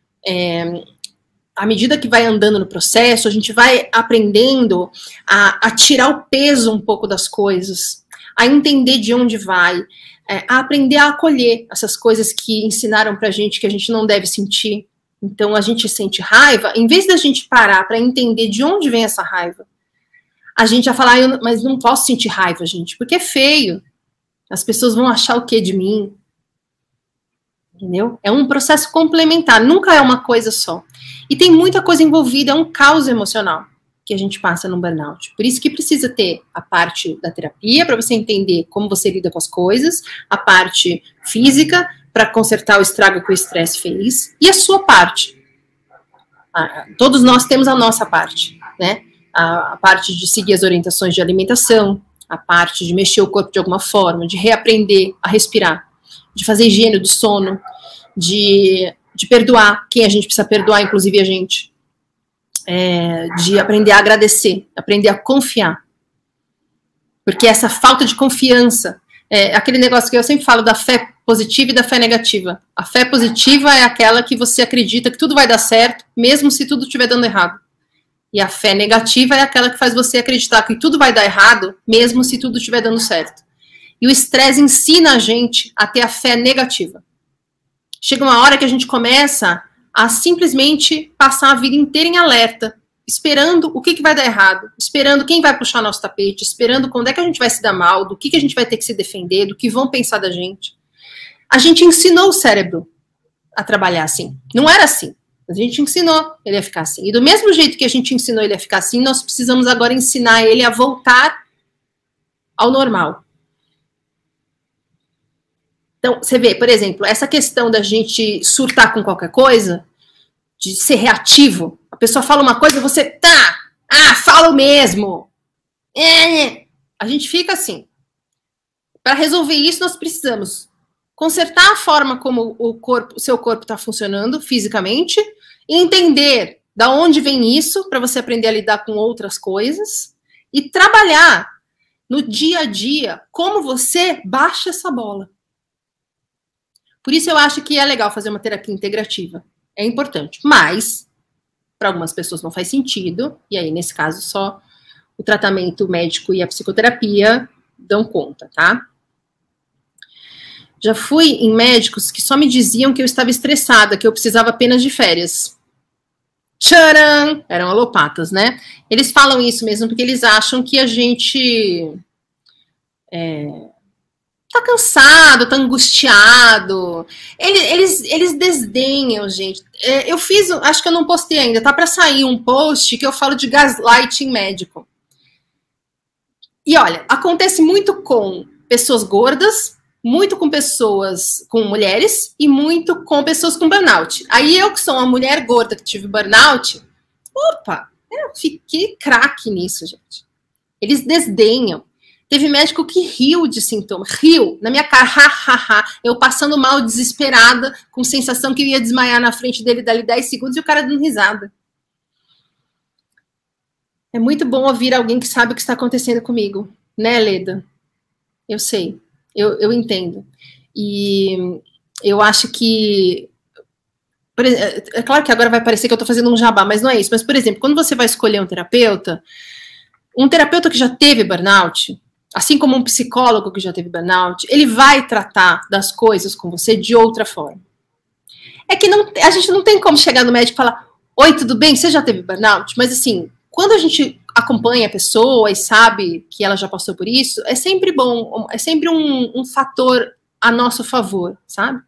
à medida que vai andando no processo, a gente vai aprendendo a tirar o peso um pouco das coisas, a entender de onde vai, a aprender a acolher essas coisas que ensinaram pra gente que a gente não deve sentir. Então, a gente sente raiva, em vez da gente parar para entender de onde vem essa raiva, a gente vai falar, mas não posso sentir raiva, gente, porque é feio. As pessoas vão achar o que de mim? Entendeu? É um processo complementar, nunca é uma coisa só. E tem muita coisa envolvida, é um caos emocional que a gente passa no burnout. Por isso que precisa ter a parte da terapia, para você entender como você lida com as coisas, a parte física, para consertar o estrago que o estresse fez, e a sua parte. Todos nós temos a nossa parte, né? A parte de seguir as orientações de alimentação, a parte de mexer o corpo de alguma forma, de reaprender a respirar, de fazer higiene do sono, de perdoar quem a gente precisa perdoar, inclusive a gente, de aprender a agradecer, aprender a confiar. Porque essa falta de confiança, aquele negócio que eu sempre falo da fé positiva e da fé negativa. A fé positiva é aquela que você acredita que tudo vai dar certo, mesmo se tudo estiver dando errado. E a fé negativa é aquela que faz você acreditar que tudo vai dar errado, mesmo se tudo estiver dando certo. E o estresse ensina a gente a ter a fé negativa. Chega uma hora que a gente começa a simplesmente passar a vida inteira em alerta, esperando o que vai dar errado, esperando quem vai puxar nosso tapete, esperando quando é que a gente vai se dar mal, do que a gente vai ter que se defender, do que vão pensar da gente. A gente ensinou o cérebro a trabalhar assim. Não era assim. A gente ensinou ele a ficar assim. E do mesmo jeito que a gente ensinou ele a ficar assim, nós precisamos agora ensinar ele a voltar ao normal. Então, você vê, por exemplo, essa questão da gente surtar com qualquer coisa, de ser reativo. A pessoa fala uma coisa, você, fala o mesmo. A gente fica assim. Para resolver isso, nós precisamos consertar a forma como o seu corpo está funcionando fisicamente, e entender da onde vem isso, para você aprender a lidar com outras coisas, e trabalhar no dia a dia como você baixa essa bola. Por isso eu acho que é legal fazer uma terapia integrativa. É importante. Mas, para algumas pessoas não faz sentido, e aí, nesse caso, só o tratamento médico e a psicoterapia dão conta, tá? Já fui em médicos que só me diziam que eu estava estressada, que eu precisava apenas de férias. Tcharam! Eram alopatas, né? Eles falam isso mesmo porque eles acham que a gente tá cansado, tá angustiado. Eles desdenham, gente. Eu fiz, acho que eu não postei ainda, tá para sair um post que eu falo de gaslighting médico. E olha, acontece muito com pessoas gordas, muito com pessoas, com mulheres, e muito com pessoas com burnout. Aí eu, que sou uma mulher gorda que tive burnout, eu fiquei craque nisso, gente. Eles desdenham. Teve médico que riu de sintomas, riu na minha cara, eu passando mal, desesperada, com sensação que eu ia desmaiar na frente dele dali 10 segundos e o cara dando risada. É muito bom ouvir alguém que sabe o que está acontecendo comigo, né, Leda? Eu sei, eu entendo. E eu acho que... É claro que agora vai parecer que eu estou fazendo um jabá, mas não é isso. Mas, por exemplo, quando você vai escolher um terapeuta que já teve burnout, assim como um psicólogo que já teve burnout, ele vai tratar das coisas com você de outra forma. É que a gente não tem como chegar no médico e falar: oi, tudo bem? Você já teve burnout? Mas assim, quando a gente acompanha a pessoa e sabe que ela já passou por isso, é sempre bom, é sempre um fator a nosso favor, sabe?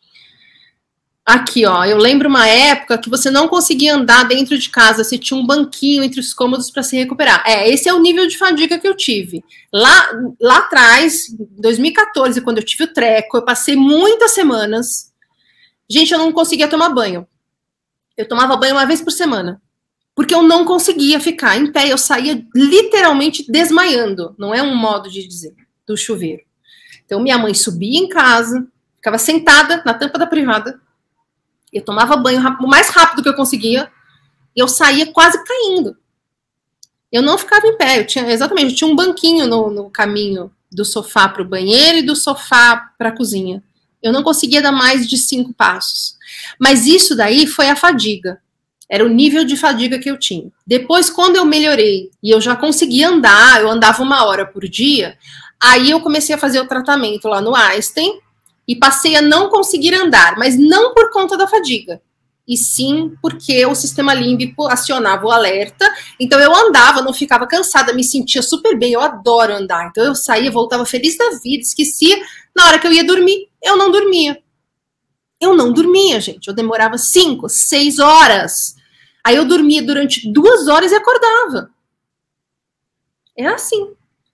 Aqui, ó, eu lembro uma época que você não conseguia andar dentro de casa, você tinha um banquinho entre os cômodos para se recuperar. Esse é o nível de fadiga que eu tive. Lá atrás, em 2014, quando eu tive o treco, eu passei muitas semanas. Gente, eu não conseguia tomar banho. Eu tomava banho uma vez por semana. Porque eu não conseguia ficar em pé. Eu saía literalmente desmaiando. Não é um modo de dizer, do chuveiro. Então, minha mãe subia em casa, ficava sentada na tampa da privada. Eu tomava banho o mais rápido que eu conseguia. E eu saía quase caindo. Eu não ficava em pé. Eu tinha um banquinho no caminho do sofá para o banheiro e do sofá para a cozinha. Eu não conseguia dar mais de 5 passos. Mas isso daí foi a fadiga. Era o nível de fadiga que eu tinha. Depois, quando eu melhorei e eu já conseguia andar, eu andava 1 hora por dia, aí eu comecei a fazer o tratamento lá no Einstein e passei a não conseguir andar, mas não por conta da fadiga, e sim porque o sistema límbico acionava o alerta. Então eu andava, não ficava cansada, me sentia super bem, eu adoro andar. Então eu saía, voltava feliz da vida, esquecia. Na hora que eu ia dormir, eu não dormia. Eu não dormia, gente. Eu demorava 5, 6 horas. Aí eu dormia durante 2 horas e acordava. É assim.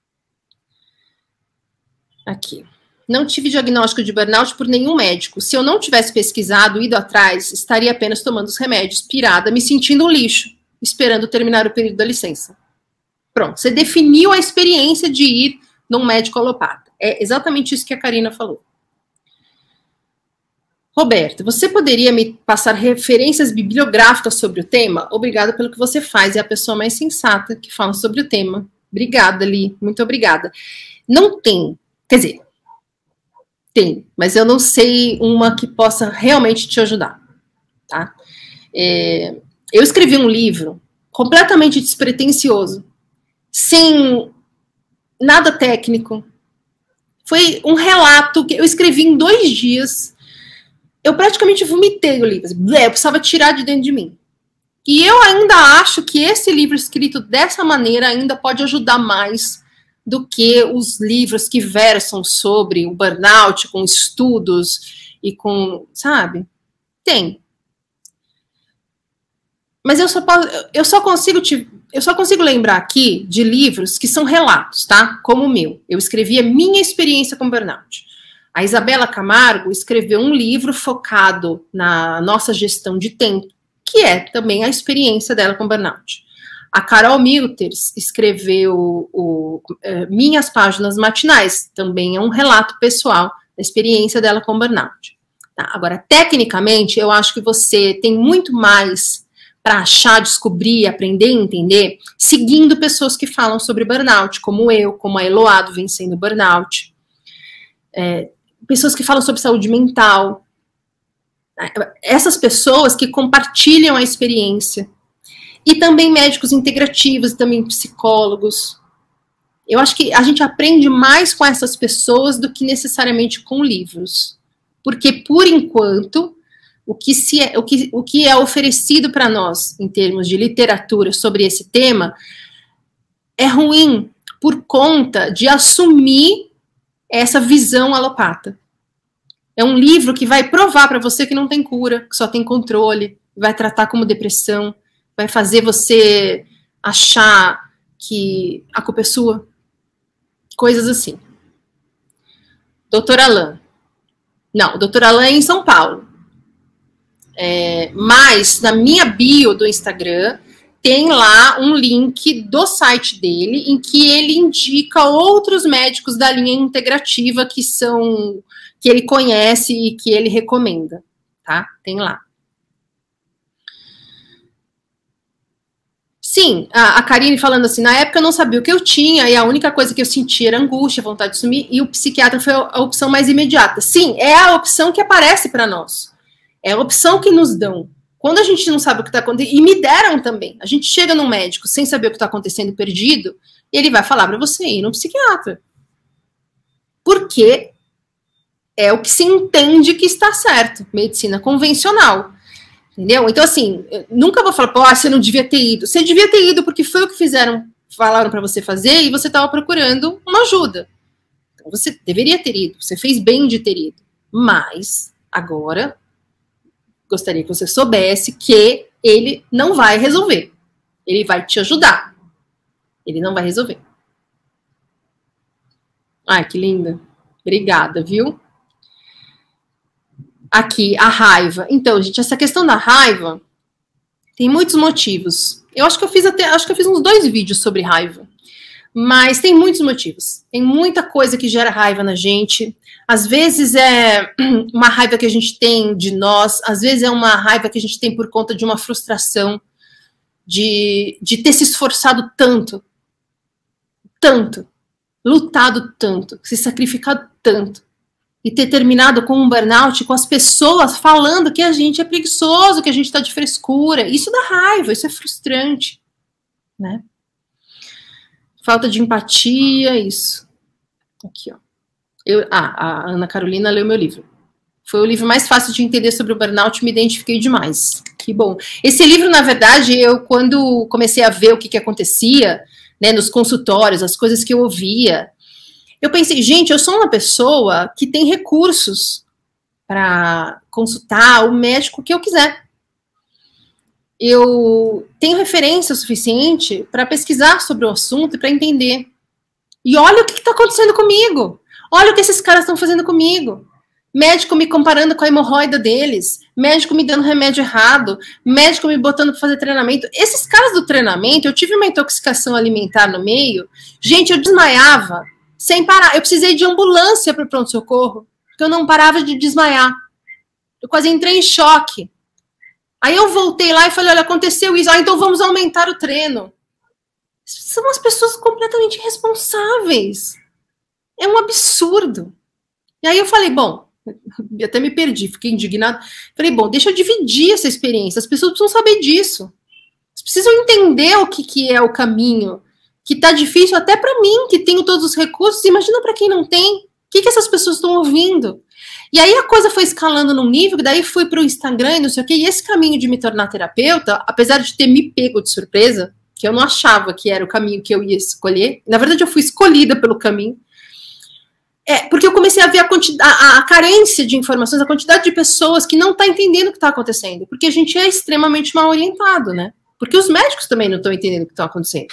Aqui. Não tive diagnóstico de burnout por nenhum médico. Se eu não tivesse pesquisado, ido atrás, estaria apenas tomando os remédios, pirada, me sentindo um lixo, esperando terminar o período da licença. Pronto, você definiu a experiência de ir num médico alopata. É exatamente isso que a Karina falou. Roberto, você poderia me passar referências bibliográficas sobre o tema? Obrigada pelo que você faz, é a pessoa mais sensata que fala sobre o tema. Obrigada, Li, muito obrigada. Não tem, quer dizer, tem, mas eu não sei uma que possa realmente te ajudar, tá? Eu escrevi um livro completamente despretensioso, sem nada técnico. Foi um relato que eu escrevi em 2 dias. Eu praticamente vomitei o livro. Eu precisava tirar de dentro de mim. E eu ainda acho que esse livro escrito dessa maneira ainda pode ajudar mais do que os livros que versam sobre o burnout, com estudos e com, sabe? Tem. Mas eu só consigo lembrar aqui de livros que são relatos, tá? Como o meu. Eu escrevi a minha experiência com burnout. A Isabela Camargo escreveu um livro focado na nossa gestão de tempo, que é também a experiência dela com burnout. A Carol Milters escreveu Minhas Páginas Matinais, também é um relato pessoal da experiência dela com burnout. Tá? Agora, tecnicamente, eu acho que você tem muito mais para achar, descobrir, aprender e entender, seguindo pessoas que falam sobre burnout, como eu, como a Eloá do Vencendo Burnout, pessoas que falam sobre saúde mental, essas pessoas que compartilham a experiência, e também médicos integrativos, também psicólogos. Eu acho que a gente aprende mais com essas pessoas do que necessariamente com livros, porque por enquanto o que é oferecido para nós em termos de literatura sobre esse tema é ruim por conta de assumir essa visão alopata. É um livro que vai provar para você que não tem cura, que só tem controle, vai tratar como depressão, vai fazer você achar que a culpa é sua. Coisas assim. Doutor Alain. Não, o Doutor Alain é em São Paulo. Mas na minha bio do Instagram tem lá um link do site dele em que ele indica outros médicos da linha integrativa que ele conhece e que ele recomenda, tá? Tem lá. Sim, a Karine falando assim, na época eu não sabia o que eu tinha, e a única coisa que eu sentia era angústia, vontade de sumir, e o psiquiatra foi a opção mais imediata. Sim, é a opção que aparece para nós. É a opção que nos dão. Quando a gente não sabe o que está acontecendo, e me deram também, a gente chega num médico sem saber o que está acontecendo, perdido, e ele vai falar para você ir no psiquiatra. Porque é o que se entende que está certo, medicina convencional. Entendeu? Então, assim, nunca vou falar, pô, você não devia ter ido. Você devia ter ido porque foi o que falaram para você fazer e você estava procurando uma ajuda. Então, você deveria ter ido, você fez bem de ter ido. Mas, agora, gostaria que você soubesse que ele não vai resolver. Ele vai te ajudar. Ele não vai resolver. Ai, que linda. Obrigada, viu? Aqui, a raiva. Então, gente, essa questão da raiva tem muitos motivos. Eu acho que eu fiz uns 2 vídeos sobre raiva. Mas tem muitos motivos. Tem muita coisa que gera raiva na gente. Às vezes é uma raiva que a gente tem de nós, às vezes é uma raiva que a gente tem por conta de uma frustração, de ter se esforçado tanto, lutado tanto, se sacrificado tanto. E ter terminado com um burnout, com as pessoas falando que a gente é preguiçoso, que a gente está de frescura. Isso dá raiva, isso é frustrante, né? Falta de empatia, isso. Aqui, ó. A Ana Carolina leu meu livro. Foi o livro mais fácil de entender sobre o burnout, me identifiquei demais. Que bom. Esse livro, na verdade, quando comecei a ver o que acontecia, né, nos consultórios, as coisas que eu ouvia, eu pensei, gente, eu sou uma pessoa que tem recursos para consultar o médico que eu quiser. Eu tenho referência suficiente para pesquisar sobre o assunto e para entender. E olha o que está acontecendo comigo. Olha o que esses caras estão fazendo comigo. Médico me comparando com a hemorroida deles. Médico me dando remédio errado. Médico me botando para fazer treinamento. Esses caras do treinamento, eu tive uma intoxicação alimentar no meio. Gente, eu desmaiava. Sem parar, eu precisei de ambulância para o pronto-socorro, porque eu não parava de desmaiar. Eu quase entrei em choque. Aí eu voltei lá e falei, olha, aconteceu isso, então vamos aumentar o treino. São as pessoas completamente irresponsáveis. É um absurdo. E aí eu falei, bom, até me perdi, fiquei indignada. Falei, bom, deixa eu dividir essa experiência, as pessoas precisam saber disso. Elas precisam entender o que é o caminho, que tá difícil até para mim, que tenho todos os recursos, imagina para quem não tem. O que essas pessoas estão ouvindo? E aí a coisa foi escalando num nível, que daí fui para o Instagram e não sei o quê, e esse caminho de me tornar terapeuta, apesar de ter me pego de surpresa, que eu não achava que era o caminho que eu ia escolher, na verdade eu fui escolhida pelo caminho, porque eu comecei a ver a carência de informações, a quantidade de pessoas que não está entendendo o que está acontecendo, porque a gente é extremamente mal orientado, né? Porque os médicos também não estão entendendo o que está acontecendo.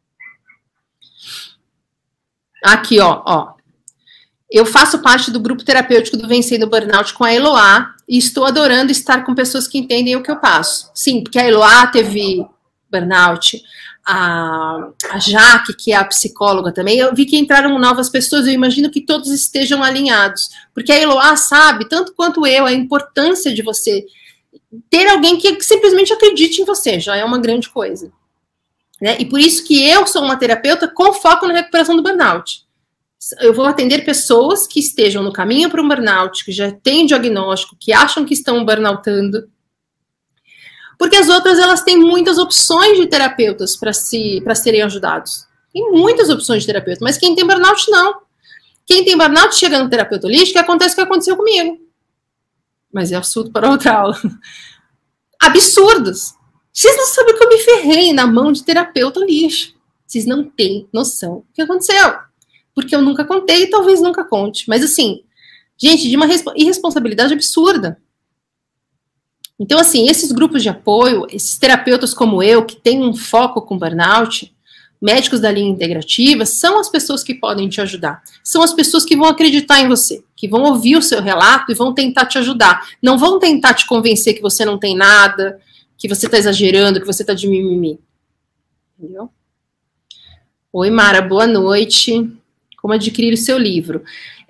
Aqui, ó. Eu faço parte do grupo terapêutico do Vencendo o Burnout com a Eloá e estou adorando estar com pessoas que entendem o que eu passo. Sim, porque a Eloá teve burnout, a Jaque, que é a psicóloga também, eu vi que entraram novas pessoas, eu imagino que todos estejam alinhados, porque a Eloá sabe, tanto quanto eu, a importância de você ter alguém que simplesmente acredite em você, já é uma grande coisa. Né? E por isso que eu sou uma terapeuta com foco na recuperação do burnout. Eu vou atender pessoas que estejam no caminho para um burnout, que já têm diagnóstico, que acham que estão burnoutando, porque as outras, elas têm muitas opções de terapeutas para serem ajudados. Tem muitas opções de terapeuta, mas quem tem burnout, não. Quem tem burnout chega no terapeuta holístico e acontece o que aconteceu comigo. Mas é assunto para outra aula. Absurdos. Vocês não sabem que eu me ferrei na mão de terapeuta holístico. Vocês não têm noção do que aconteceu. Porque eu nunca contei e talvez nunca conte. Mas assim, gente, de uma irresponsabilidade absurda. Então, assim, esses grupos de apoio, esses terapeutas como eu, que têm um foco com burnout, médicos da linha integrativa, são as pessoas que podem te ajudar. São as pessoas que vão acreditar em você, que vão ouvir o seu relato e vão tentar te ajudar. Não vão tentar te convencer que você não tem nada, que você está exagerando, que você está de mimimi. Entendeu? Oi, Mara, boa noite. Como adquirir o seu livro?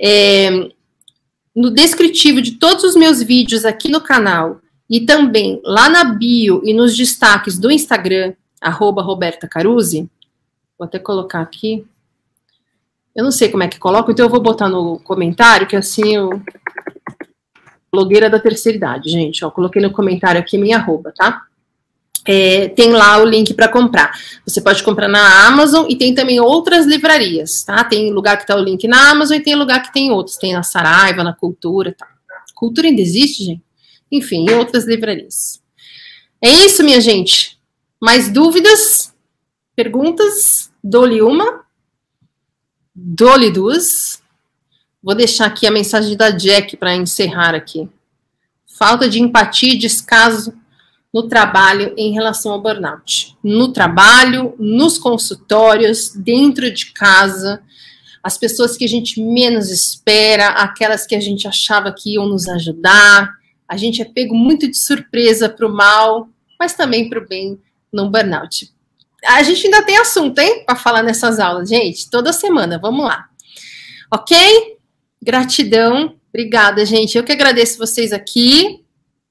No descritivo de todos os meus vídeos aqui no canal, e também lá na bio e nos destaques do Instagram, @RobertaCaruzzi. Vou até colocar aqui. Eu não sei como é que coloco, então eu vou botar no comentário, que assim eu... Blogueira da terceira idade, gente. Ó, coloquei no comentário aqui minha arroba, tá? Tem lá o link para comprar. Você pode comprar na Amazon e tem também outras livrarias, tá? Tem lugar que tá o link na Amazon e tem lugar que tem outros. Tem na Saraiva, na Cultura e tal. Cultura ainda existe, gente? Enfim, e outras livrarias. É isso, minha gente. Mais dúvidas? Perguntas? Dou-lhe uma. Dou-lhe duas. Vou deixar aqui a mensagem da Jack para encerrar aqui. Falta de empatia e descaso no trabalho em relação ao burnout. No trabalho, nos consultórios, dentro de casa, as pessoas que a gente menos espera, aquelas que a gente achava que iam nos ajudar. A gente é pego muito de surpresa para o mal, mas também para o bem no burnout. A gente ainda tem assunto, hein, para falar nessas aulas, gente, toda semana, vamos lá. Ok? Gratidão, obrigada, gente. Eu que agradeço vocês aqui.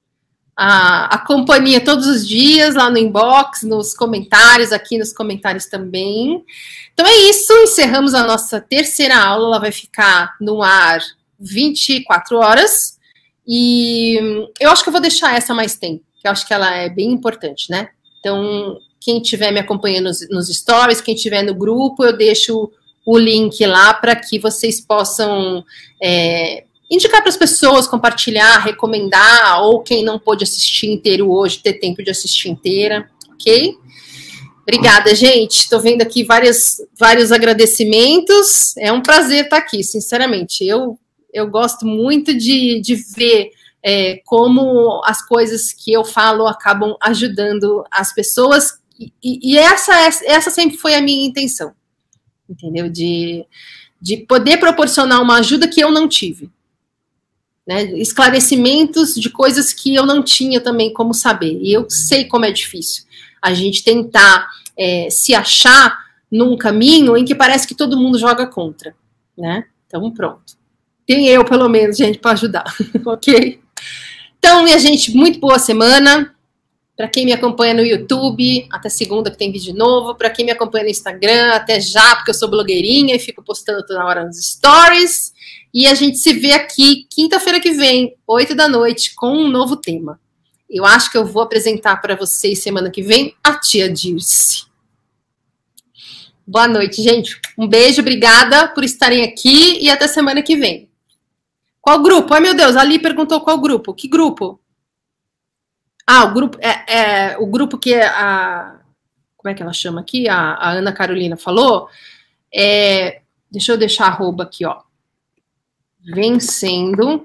A companhia todos os dias, lá no inbox, nos comentários, aqui nos comentários também. Então é isso, encerramos a nossa terceira aula, ela vai ficar no ar 24 horas, e eu acho que eu vou deixar essa mais tempo, que eu acho que ela é bem importante, né? Então, quem estiver me acompanhando nos stories, quem estiver no grupo, eu deixo o link lá para que vocês possam... indicar para as pessoas, compartilhar, recomendar, ou quem não pôde assistir inteiro hoje, ter tempo de assistir inteira, ok? Obrigada, gente. Estou vendo aqui vários agradecimentos. É um prazer estar aqui, sinceramente. Eu gosto muito de ver como as coisas que eu falo acabam ajudando as pessoas, e essa sempre foi a minha intenção, entendeu? De poder proporcionar uma ajuda que eu não tive. Né, esclarecimentos de coisas que eu não tinha também como saber, e eu sei como é difícil a gente tentar se achar num caminho em que parece que todo mundo joga contra, né? Então pronto, tem eu pelo menos, gente, para ajudar. Ok? Então, minha gente, muito boa semana. Para quem me acompanha no YouTube, até segunda que tem vídeo novo. Para quem me acompanha no Instagram, até já, porque eu sou blogueirinha e fico postando toda hora nos stories. E a gente se vê aqui quinta-feira que vem, 8 da noite, com um novo tema. Eu acho que eu vou apresentar para vocês semana que vem a tia Dirce. Boa noite, gente. Um beijo, obrigada por estarem aqui e até semana que vem. Qual grupo? Ai, meu Deus, a Ali perguntou qual grupo. Que grupo? Ah, o grupo o grupo que a... Como é que ela chama aqui? A Ana Carolina falou. Deixa eu deixar a arroba aqui, ó. Vencendo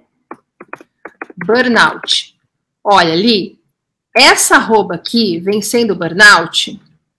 Burnout. Olha ali, essa arroba aqui, Vencendo Burnout,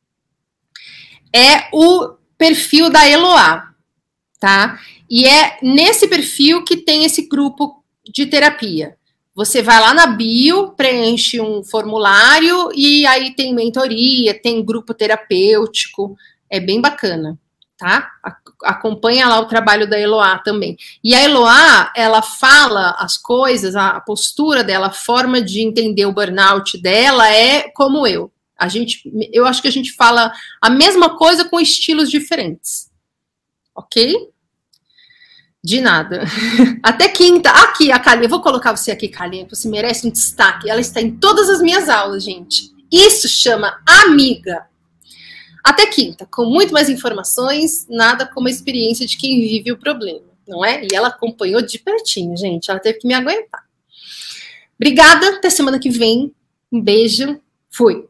é o perfil da Eloá, tá? E é nesse perfil que tem esse grupo de terapia. Você vai lá na bio, preenche um formulário e aí tem mentoria, tem grupo terapêutico, é bem bacana, tá? Acompanha lá o trabalho da Eloá também. E a Eloá, ela fala as coisas, a postura dela, a forma de entender o burnout dela é como eu. Eu acho que a gente fala a mesma coisa com estilos diferentes. Ok? De nada. Até quinta. Aqui, a Kalinha. Eu vou colocar você aqui, Kalinha, você merece um destaque. Ela está em todas as minhas aulas, gente. Isso chama amiga. Até quinta, com muito mais informações, nada como a experiência de quem vive o problema, não é? E ela acompanhou de pertinho, gente. Ela teve que me aguentar. Obrigada, até semana que vem. Um beijo. Fui.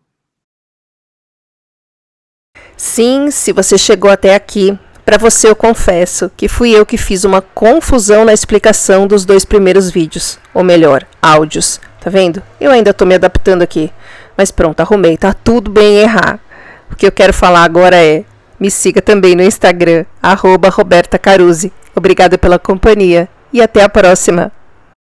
Sim, se você chegou até aqui, para você eu confesso que fui eu que fiz uma confusão na explicação dos 2 primeiros vídeos, ou melhor, áudios. Tá vendo? Eu ainda tô me adaptando aqui, mas pronto, arrumei, tá tudo bem errar. O que eu quero falar agora é, me siga também no Instagram, @RobertaCaruzzi. Obrigada pela companhia e até a próxima.